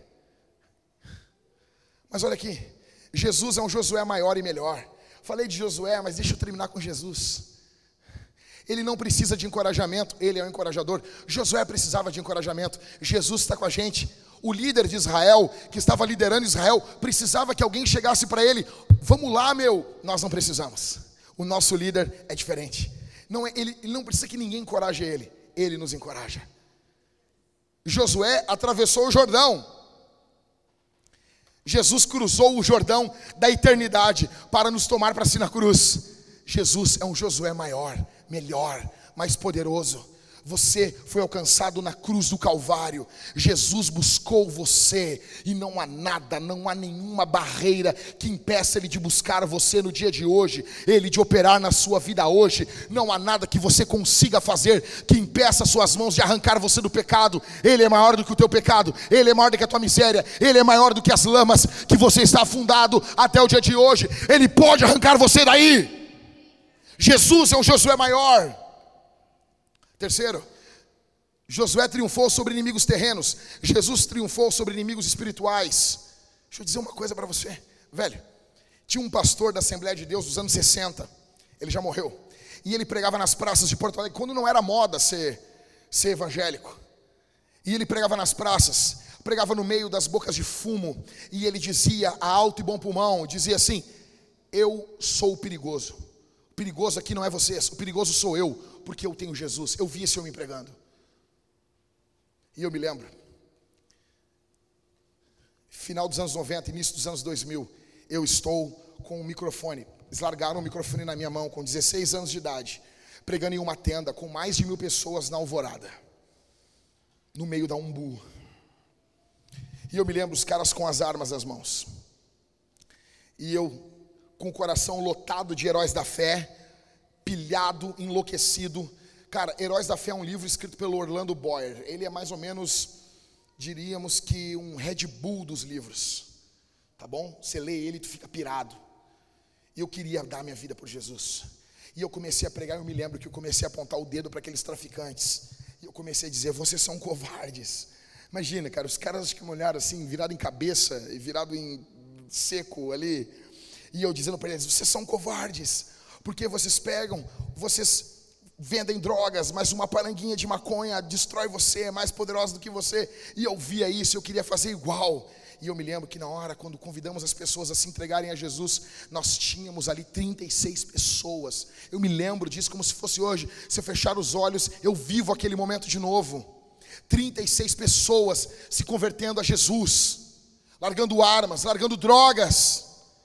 Mas olha aqui, Jesus é um Josué maior e melhor. Falei de Josué, mas deixa eu terminar com Jesus. Ele não precisa de encorajamento, ele é um encorajador. Josué precisava de encorajamento, Jesus está com a gente. O líder de Israel, que estava liderando Israel, precisava que alguém chegasse para ele: vamos lá, meu. Nós não precisamos. O nosso líder é diferente. Não é, ele, ele não precisa que ninguém encoraje ele, ele nos encoraja. Josué atravessou o Jordão. Jesus cruzou o Jordão da eternidade para nos tomar para si na cruz. Jesus é um Josué maior, melhor, mais poderoso. Você foi alcançado na cruz do Calvário. Jesus buscou você. E não há nada, não há nenhuma barreira que impeça Ele de buscar você no dia de hoje, Ele de operar na sua vida hoje. Não há nada que você consiga fazer que impeça suas mãos de arrancar você do pecado. Ele é maior do que o teu pecado, Ele é maior do que a tua miséria, Ele é maior do que as lamas que você está afundado até o dia de hoje. Ele pode arrancar você daí. Jesus é um Josué maior. Terceiro, Josué triunfou sobre inimigos terrenos, Jesus triunfou sobre inimigos espirituais. Deixa eu dizer uma coisa para você, velho. Tinha um pastor da Assembleia de Deus dos anos sessenta, ele já morreu, e ele pregava nas praças de Porto Alegre, quando não era moda ser, ser evangélico. E ele pregava nas praças, pregava no meio das bocas de fumo, e ele dizia a alto e bom pulmão, dizia assim: eu sou o perigoso. O perigoso aqui não é vocês, o perigoso sou eu, porque eu tenho Jesus. Eu vi esse homem pregando. E eu me lembro, final dos anos noventa, início dos anos dois mil, eu estou com um microfone. Eles largaram o microfone na minha mão com dezesseis anos de idade, pregando em uma tenda com mais de mil pessoas na Alvorada, no meio da Umbu. E eu me lembro os caras com as armas nas mãos, e eu com o coração lotado de heróis da fé, pilhado, enlouquecido. Cara, Heróis da Fé é um livro escrito pelo Orlando Boyer. Ele é mais ou menos, diríamos que um Red Bull dos livros, tá bom? Você lê ele e tu fica pirado. E eu queria dar minha vida por Jesus. E eu comecei a pregar, eu me lembro que eu comecei a apontar o dedo para aqueles traficantes. E eu comecei a dizer: vocês são covardes. Imagina, cara, os caras acho que me olharam assim, virado em cabeça e virado em seco ali. E eu dizendo para eles: vocês são covardes, porque vocês pegam, vocês vendem drogas, mas uma paranguinha de maconha destrói você, é mais poderosa do que você. E eu via isso, eu queria fazer igual. E eu me lembro que na hora, quando convidamos as pessoas a se entregarem a Jesus, nós tínhamos ali trinta e seis pessoas. Eu me lembro disso como se fosse hoje. Se eu fechar os olhos, eu vivo aquele momento de novo. trinta e seis pessoas se convertendo a Jesus, largando armas, largando drogas.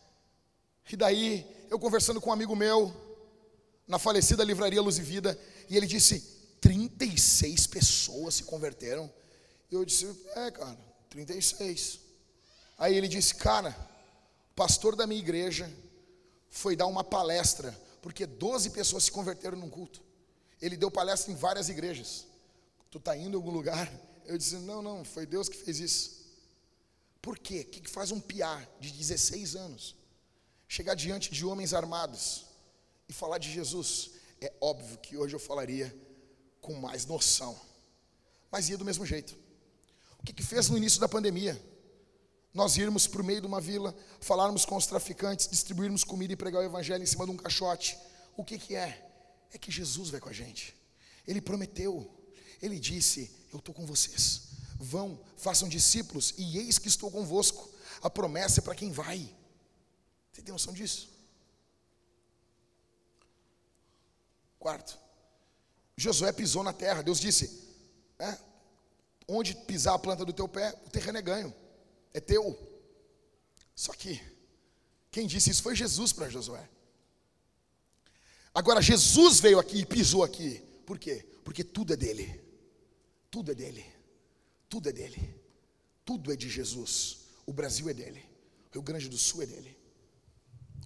E daí, eu conversando com um amigo meu, na falecida livraria Luz e Vida, e ele disse: trinta e seis pessoas se converteram. E eu disse: é, cara, trinta e seis. Aí ele disse: cara, o pastor da minha igreja foi dar uma palestra, porque doze pessoas se converteram num culto. Ele deu palestra em várias igrejas. Tu está indo em algum lugar? Eu disse: não, não, foi Deus que fez isso. Por quê? O que faz um piá de dezesseis anos chegar diante de homens armados e falar de Jesus? É óbvio que hoje eu falaria com mais noção, mas ia do mesmo jeito. O que que fez no início da pandemia? Nós irmos para o meio de uma vila, falarmos com os traficantes, distribuirmos comida e pregar o evangelho em cima de um caixote. O que que é? É que Jesus vai com a gente. Ele prometeu, Ele disse: eu estou com vocês, vão, façam discípulos, e eis que estou convosco. A promessa é para quem vai. Você tem noção disso? Quarto, Josué pisou na terra. Deus disse: é, onde pisar a planta do teu pé, o terreno é ganho, é teu. Só que quem disse isso foi Jesus para Josué. Agora Jesus veio aqui e pisou aqui. Por quê? Porque tudo é dele. Tudo é dele. Tudo é dele. Tudo é de Jesus. O Brasil é dele. O Rio Grande do Sul é dele.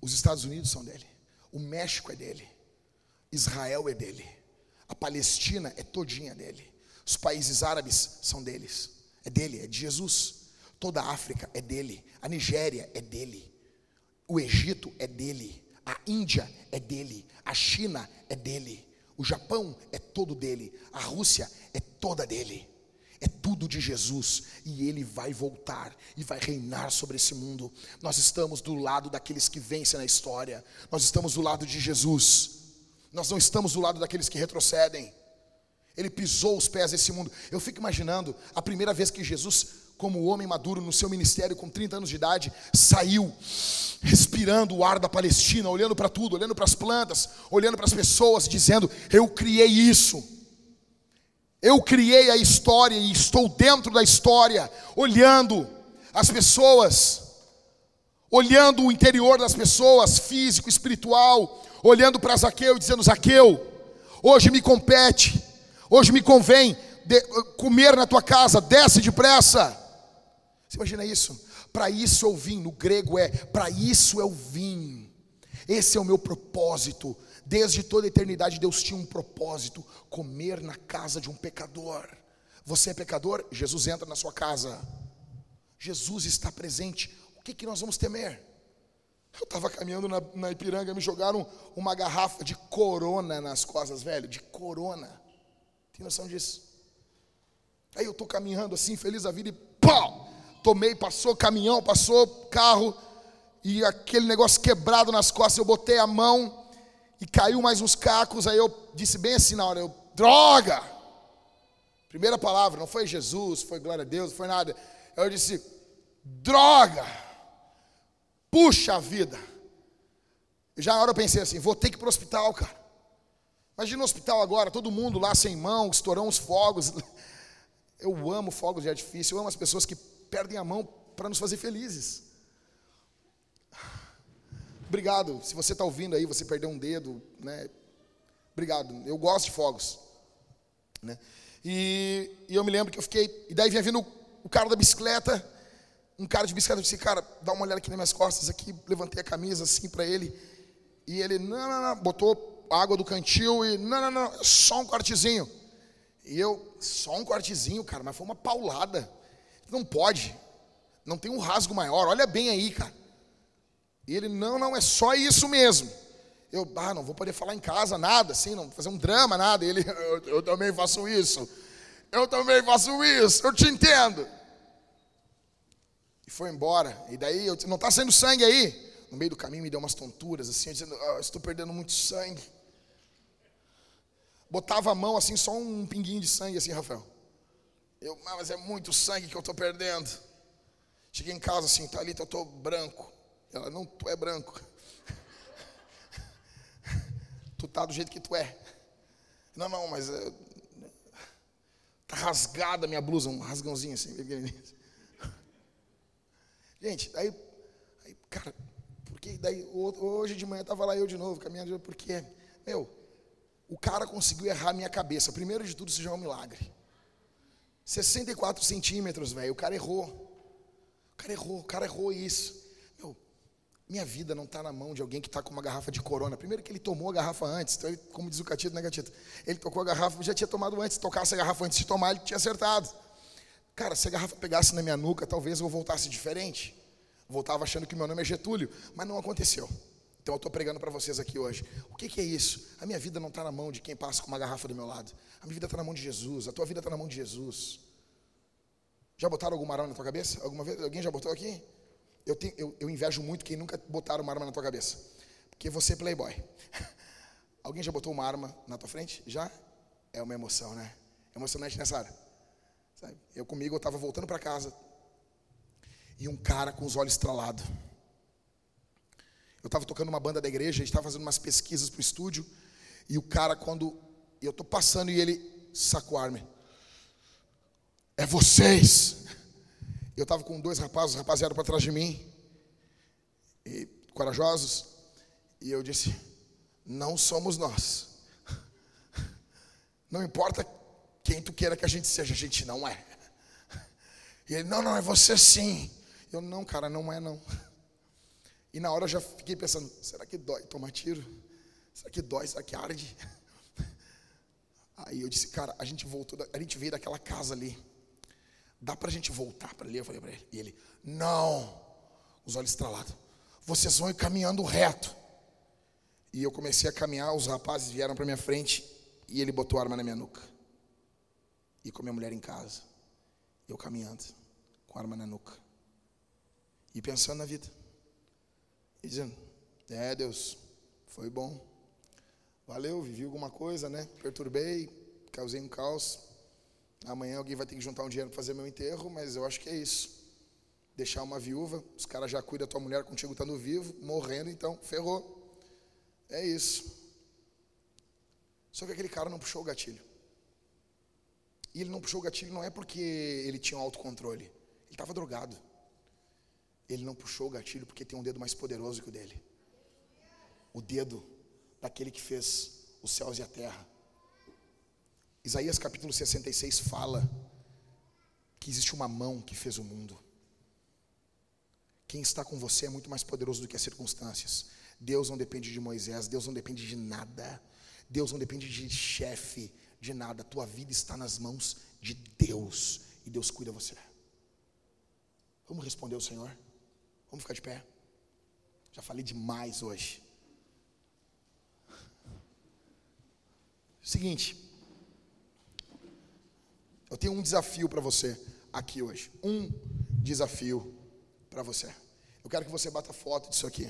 Os Estados Unidos são dele. O México é dele. Israel é dele. A Palestina é todinha dele. Os países árabes são deles. É dele, é de Jesus. Toda a África é dele. A Nigéria é dele. O Egito é dele. A Índia é dele. A China é dele. O Japão é todo dele. A Rússia é toda dele. É tudo de Jesus. E ele vai voltar e vai reinar sobre esse mundo. Nós estamos do lado daqueles que vencem na história. Nós estamos do lado de Jesus. Nós não estamos do lado daqueles que retrocedem. Ele pisou os pés desse mundo. Eu fico imaginando a primeira vez que Jesus, como homem maduro no seu ministério, com trinta anos de idade, saiu respirando o ar da Palestina, olhando para tudo, olhando para as plantas, olhando para as pessoas, dizendo: eu criei isso, eu criei a história e estou dentro da história, olhando as pessoas, olhando o interior das pessoas, físico, espiritual, olhando para Zaqueu e dizendo: Zaqueu, hoje me compete, hoje me convém de, comer na tua casa, desce depressa. Você imagina isso? Para isso eu vim, no grego é, para isso eu vim. Esse é o meu propósito. Desde toda a eternidade Deus tinha um propósito: comer na casa de um pecador. Você é pecador? Jesus entra na sua casa. Jesus está presente. O que, que nós vamos temer? Eu estava caminhando na, na Ipiranga, me jogaram uma garrafa de Corona nas costas, velho, de Corona. Tem noção disso? Aí eu estou caminhando assim, feliz da vida, e pau! Tomei, passou caminhão, passou carro, e aquele negócio quebrado nas costas, eu botei a mão, e caiu mais uns cacos. Aí eu disse bem assim na hora, eu, droga! Primeira palavra, não foi Jesus, foi glória a Deus, não foi nada. Eu disse, droga! Puxa vida! E já na hora eu pensei assim, vou ter que ir para o hospital, cara. Imagina no hospital agora, todo mundo lá sem mão, estourou os fogos. Eu amo fogos de artifício, eu amo as pessoas que perdem a mão para nos fazer felizes. Obrigado, se você está ouvindo aí, você perdeu um dedo, né? Obrigado, eu gosto de fogos, né? E, e eu me lembro que eu fiquei, e daí vinha vindo o cara da bicicleta, um cara de bicicleta, eu disse, cara, dá uma olhada aqui nas minhas costas, aqui, levantei a camisa assim para ele, e ele, não, não, não, botou água do cantil e, não, não, não, só um cortezinho. E eu, só um cortezinho, cara, mas foi uma paulada. Não pode, não tem um rasgo maior, olha bem aí, cara. E ele, não, não, é só isso mesmo. Eu, ah, não vou poder falar em casa nada, assim, não vou fazer um drama, nada. E ele, eu, eu também faço isso, eu também faço isso, eu te entendo. E foi embora, e daí, eu disse, não está saindo sangue aí? No meio do caminho me deu umas tonturas, assim, dizendo, ah, estou perdendo muito sangue. Botava a mão assim, só um pinguinho de sangue assim, Rafael. Eu, ah, mas é muito sangue que eu estou perdendo. Cheguei em casa assim, Thalita, eu estou branco. Ela, não, tu é branco. Tu tá do jeito que tu é. Não, não, mas é, tá rasgada a minha blusa, um rasgãozinho assim. Gente, aí, aí cara, porque daí hoje de manhã estava lá eu de novo, caminhando, porque, meu, o cara conseguiu errar a minha cabeça. Primeiro de tudo, isso já é um milagre. sessenta e quatro centímetros, velho, o cara errou. O cara errou, o cara errou isso. Meu, minha vida não está na mão de alguém que está com uma garrafa de Corona. Primeiro que ele tomou a garrafa antes, então ele, como diz o Catito, né, Catito? Ele tocou a garrafa, já tinha tomado antes. Se tocasse a garrafa antes de tomar, ele tinha acertado. Cara, se a garrafa pegasse na minha nuca, talvez eu voltasse diferente. Voltava achando que meu nome é Getúlio, mas não aconteceu. Então eu estou pregando para vocês aqui hoje. O que, que é isso? A minha vida não está na mão de quem passa com uma garrafa do meu lado. A minha vida está na mão de Jesus. A tua vida está na mão de Jesus. Já botaram alguma arma na tua cabeça? Alguma vez? Alguém já botou aqui? Eu, tenho, eu, eu invejo muito quem nunca botaram uma arma na tua cabeça. Porque você é playboy. Alguém já botou uma arma na tua frente? Já? É uma emoção, né? É emocionante nessa área. Sabe? Eu comigo, eu estava voltando para casa. E um cara com os olhos estralados. Eu estava tocando uma banda da igreja, a gente estava fazendo umas pesquisas para o estúdio, e o cara, quando eu estou passando e ele sacou a arma. É vocês! Eu estava com dois rapazes, os rapazes eram para trás de mim, e corajosos, e eu disse, não somos nós. Não importa quem tu queira que a gente seja, a gente não é. E ele, não, não, é você sim. Eu, não, cara, não é não. E na hora eu já fiquei pensando, será que dói tomar tiro? Será que dói? Será que arde? Aí eu disse, cara, a gente voltou, a gente veio daquela casa ali. Dá pra gente voltar para ali? Eu falei para ele. E ele, não. Os olhos estralados. Vocês vão ir caminhando reto. E eu comecei a caminhar, os rapazes vieram para minha frente e ele botou a arma na minha nuca. E com a minha mulher em casa. Eu caminhando, com a arma na nuca. E pensando na vida. E dizendo, é Deus, foi bom. Valeu, vivi alguma coisa, né? Perturbei, causei um caos. Amanhã alguém vai ter que juntar um dinheiro para fazer meu enterro, mas eu acho que é isso. Deixar uma viúva, os caras já cuidam da tua mulher contigo estando vivo, morrendo, então ferrou. É isso. Só que aquele cara não puxou o gatilho. E ele não puxou o gatilho não é porque ele tinha um autocontrole. Ele estava drogado. Ele não puxou o gatilho porque tem um dedo mais poderoso que o dele. O dedo daquele que fez os céus e a terra. Isaías capítulo sessenta e seis fala que existe uma mão que fez o mundo. Quem está com você é muito mais poderoso do que as circunstâncias. Deus não depende de Moisés, Deus não depende de nada. Deus não depende de chefe, de nada. A tua vida está nas mãos de Deus. E Deus cuida de você. Vamos responder ao Senhor? Vamos ficar de pé? Já falei demais hoje. Seguinte. Eu tenho um desafio para você aqui hoje. Um desafio para você. Eu quero que você bata foto disso aqui.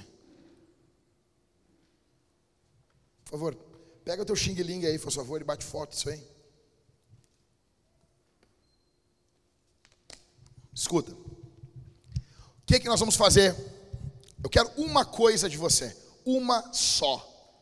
Por favor, pega o teu xing-ling aí, por favor, e bate foto disso aí. Escuta. O que é que nós vamos fazer? Eu quero uma coisa de você. Uma só.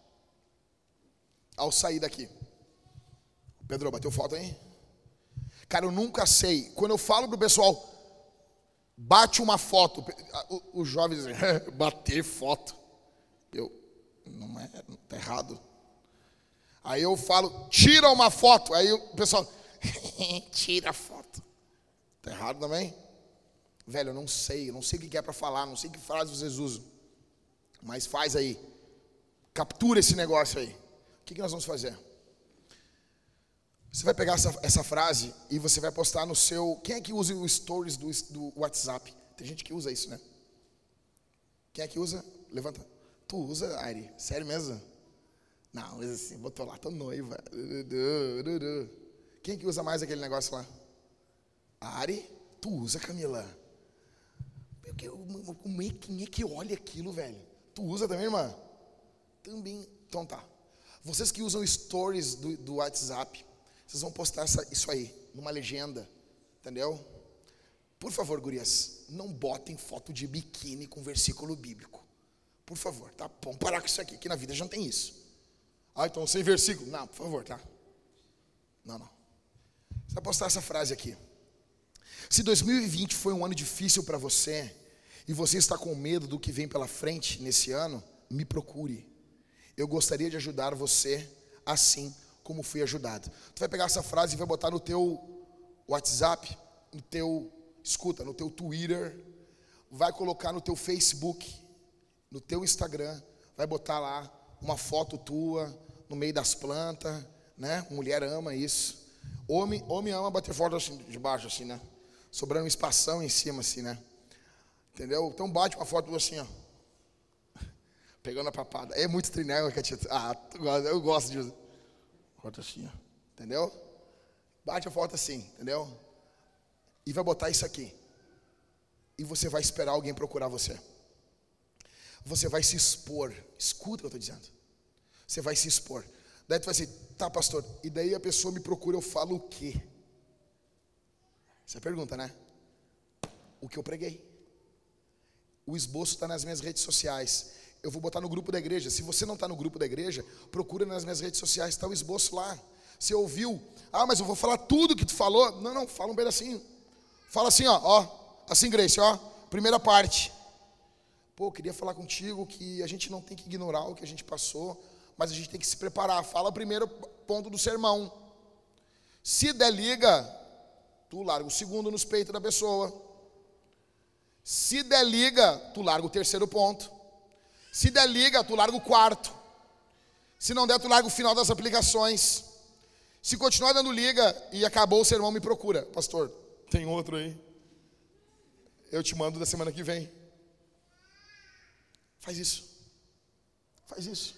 Ao sair daqui. Pedro, bateu foto aí? Cara, eu nunca sei. Quando eu falo pro pessoal, bate uma foto. Os jovens dizem, bater foto. Eu, não é, não tá errado. Aí eu falo, tira uma foto. Aí o pessoal, tira a foto. Tá errado também? Velho, eu não sei. Eu não sei o que é para falar. Não sei que frase vocês usam. Mas faz aí. Captura esse negócio aí. O que, que nós vamos fazer? Você vai pegar essa, essa frase e você vai postar no seu... Quem é que usa o stories do, do WhatsApp? Tem gente que usa isso, né? Quem é que usa? Levanta. Tu usa, Ari? Sério mesmo? Não, mas assim, botou lá, tô noiva. Quem é que usa mais aquele negócio lá? Ari? Tu usa, Camila? Como é, quem é que olha aquilo, velho? Tu usa também, irmã? Também. Então tá. Vocês que usam stories do, do WhatsApp, vocês vão postar essa, isso aí, numa legenda, entendeu? Por favor, gurias, não botem foto de biquíni com versículo bíblico. Por favor, tá? Vamos parar com isso aqui, que na vida já não tem isso. Ah, então sem versículo. Não, por favor, tá? Não, não. Você vai postar essa frase aqui. Se dois mil e vinte foi um ano difícil para você, e você está com medo do que vem pela frente nesse ano, me procure. Eu gostaria de ajudar você assim como fui ajudado. Tu vai pegar essa frase e vai botar no teu WhatsApp, no teu, escuta, no teu Twitter, vai colocar no teu Facebook, no teu Instagram, vai botar lá uma foto tua no meio das plantas, né? Mulher ama isso. Homem, homem ama bater foto assim, de baixo assim, né? Sobrando um espação em cima assim, né? Entendeu? Então bate uma foto assim, ó. Pegando a papada. É muito treinar, Catita. Ah, eu gosto de usar. Foto assim, ó. Entendeu? Bate a foto assim, entendeu? E vai botar isso aqui. E você vai esperar alguém procurar você. Você vai se expor. Escuta o que eu estou dizendo. Você vai se expor. Daí tu vai dizer, tá, pastor, e daí a pessoa me procura, eu falo o quê? Você pergunta, né? O que eu preguei. O esboço está nas minhas redes sociais. Eu vou botar no grupo da igreja. Se você não está no grupo da igreja, procura nas minhas redes sociais, está o esboço lá. Você ouviu? Ah, mas eu vou falar tudo que tu falou. Não, não, fala um pedacinho. Fala assim, ó, ó, assim, Grace, ó, primeira parte. Pô, eu queria falar contigo que a gente não tem que ignorar o que a gente passou, mas a gente tem que se preparar. Fala o primeiro ponto do sermão. Se der liga, tu larga o segundo nos peitos da pessoa. Se der liga, tu larga o terceiro ponto. Se der liga, tu larga o quarto. Se não der, tu larga o final das aplicações. Se continuar dando liga e acabou o sermão, me procura. Pastor, tem outro aí? Eu te mando da semana que vem. Faz isso. Faz isso.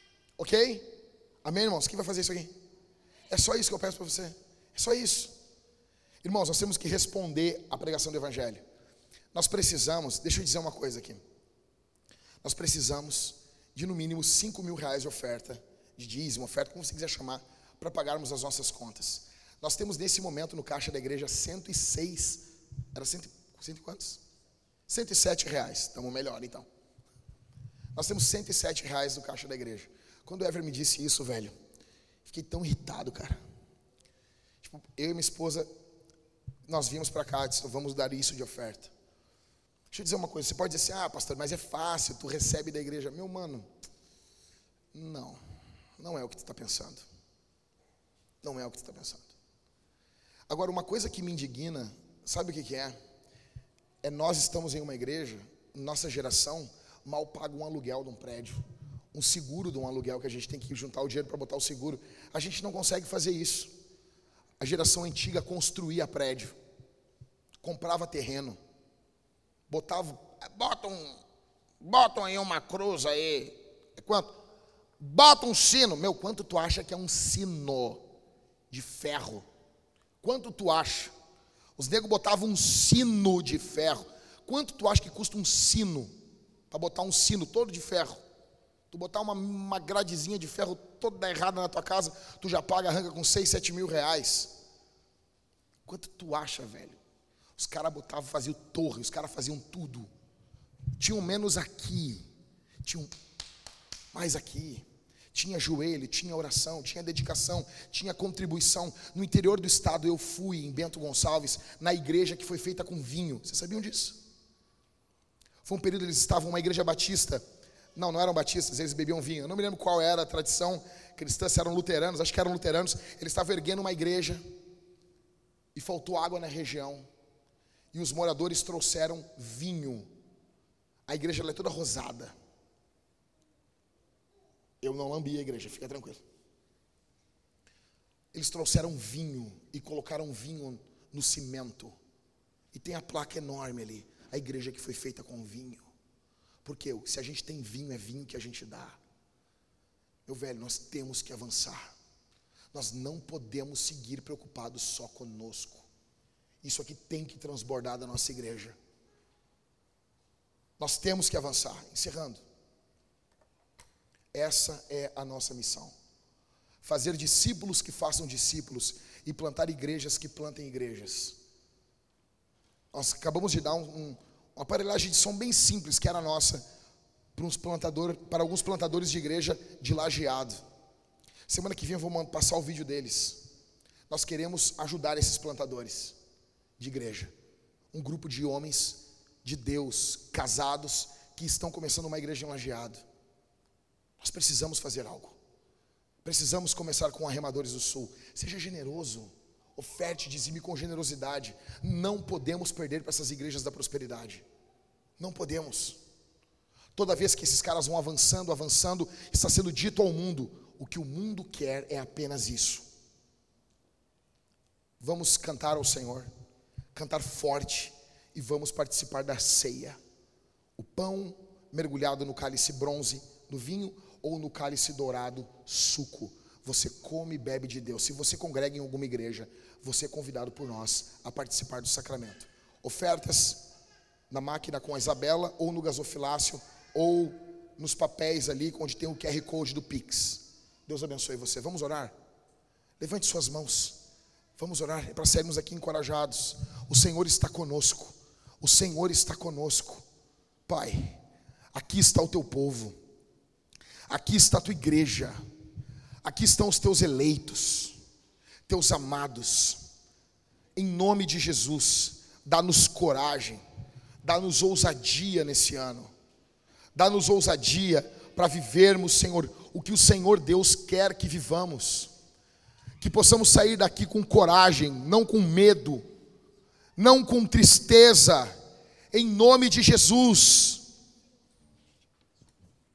Ok? Amém, irmãos? Quem vai fazer isso aqui? É só isso que eu peço para você. É só isso. Irmãos, nós temos que responder à pregação do Evangelho. Nós precisamos, deixa eu dizer uma coisa aqui. Nós precisamos de no mínimo cinco mil reais de oferta, de dízimo, oferta, como você quiser chamar, para pagarmos as nossas contas. Nós temos nesse momento no caixa da igreja cento e seis, era cento, cento e quantos? cento e sete reais, estamos melhor então. Nós temos cento e sete reais no caixa da igreja. Quando o Ever me disse isso, velho, fiquei tão irritado, cara. Tipo, eu e minha esposa, nós viemos para cá e disse, vamos dar isso de oferta. Deixa eu dizer uma coisa, você pode dizer assim, ah pastor, mas é fácil, tu recebe da igreja. Meu mano, não, não é o que tu está pensando. Não é o que tu está pensando. Agora, uma coisa que me indigna, sabe o que que é? É nós estamos em uma igreja, nossa geração mal paga um aluguel de um prédio, um seguro de um aluguel que a gente tem que juntar o dinheiro para botar o seguro. A gente não consegue fazer isso. A geração antiga construía prédio, comprava terreno, botava, botam, botam aí uma cruz aí, quanto? Bota um sino, meu, quanto tu acha que é um sino de ferro? Quanto tu acha? Os negros botavam um sino de ferro. Quanto tu acha que custa um sino? Para botar um sino todo de ferro. Tu botar uma, uma gradezinha de ferro toda errada na tua casa, tu já paga, arranca com seis, sete mil reais. Quanto tu acha, velho? Os caras botavam, faziam torre, os caras faziam tudo. Tinham menos aqui, tinham mais aqui. Tinha joelho, tinha oração, tinha dedicação, tinha contribuição. No interior do estado eu fui, em Bento Gonçalves, na igreja que foi feita com vinho. Vocês sabiam disso? Foi um período eles estavam uma igreja batista. Não, não eram batistas, eles bebiam vinho. Eu não me lembro qual era a tradição cristã, se eram luteranos, acho que eram luteranos. Eles estavam erguendo uma igreja e faltou água na região. E os moradores trouxeram vinho. A igreja ela é toda rosada. Eu não lambi a igreja, fica tranquilo. Eles trouxeram vinho e colocaram vinho no cimento. E tem a placa enorme ali. A igreja que foi feita com vinho. Porque se a gente tem vinho, é vinho que a gente dá. Meu velho, nós temos que avançar. Nós não podemos seguir preocupados só conosco. Isso aqui tem que transbordar da nossa igreja. Nós temos que avançar. Encerrando. Essa é a nossa missão. Fazer discípulos que façam discípulos e plantar igrejas que plantem igrejas. Nós acabamos de dar um, um, uma aparelhagem de som bem simples, que era nossa, para, uns plantador, para alguns plantadores de igreja de Lajeado. Semana que vem eu vou passar o vídeo deles. Nós queremos ajudar esses plantadores de igreja. Um grupo de homens de Deus, casados, que estão começando uma igreja em Lajeado. Nós precisamos fazer algo. Precisamos começar com Arremadores do Sul. Seja generoso. Oferte, dizime com generosidade. Não podemos perder para essas igrejas da prosperidade. Não podemos. Toda vez que esses caras vão avançando, avançando, está sendo dito ao mundo: o que o mundo quer é apenas isso. Vamos cantar ao Senhor, cantar forte, e vamos participar da ceia. O pão mergulhado no cálice bronze, no vinho, ou no cálice dourado, suco. Você come e bebe de Deus. Se você congrega em alguma igreja, você é convidado por nós a participar do sacramento. Ofertas na máquina com a Isabela, ou no gasofilácio, ou nos papéis ali, onde tem o Q R Code do Pix. Deus abençoe você. Vamos orar? Levante suas mãos. Vamos orar, é para sairmos aqui encorajados. O Senhor está conosco. O Senhor está conosco. Pai, aqui está o teu povo. Aqui está a tua igreja. Aqui estão os teus eleitos, teus amados. Em nome de Jesus, dá-nos coragem, dá-nos ousadia nesse ano. Dá-nos ousadia para vivermos, Senhor, o que o Senhor Deus quer que vivamos. Que possamos sair daqui com coragem, não com medo, não com tristeza, em nome de Jesus.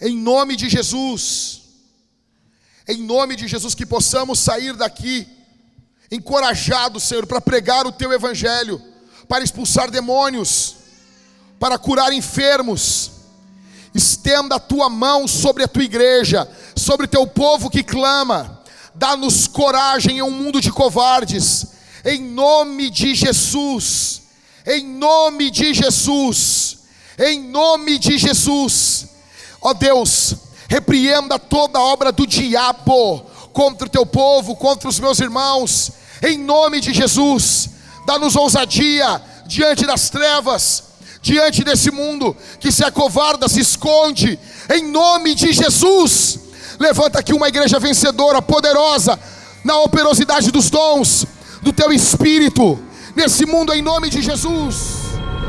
Em nome de Jesus. Em nome de Jesus, que possamos sair daqui encorajados, Senhor, para pregar o Teu Evangelho, para expulsar demônios, para curar enfermos. Estenda a Tua mão sobre a Tua igreja, sobre o Teu povo que clama. Dá-nos coragem em um mundo de covardes. Em nome de Jesus. Em nome de Jesus. Em nome de Jesus. Ó Deus, repreenda toda obra do diabo contra o Teu povo, contra os meus irmãos. Em nome de Jesus. Dá-nos ousadia diante das trevas, diante desse mundo que se acovarda, se esconde. Em nome de Jesus. Levanta aqui uma igreja vencedora, poderosa, na operosidade dos dons do Teu Espírito, nesse mundo, em nome de Jesus.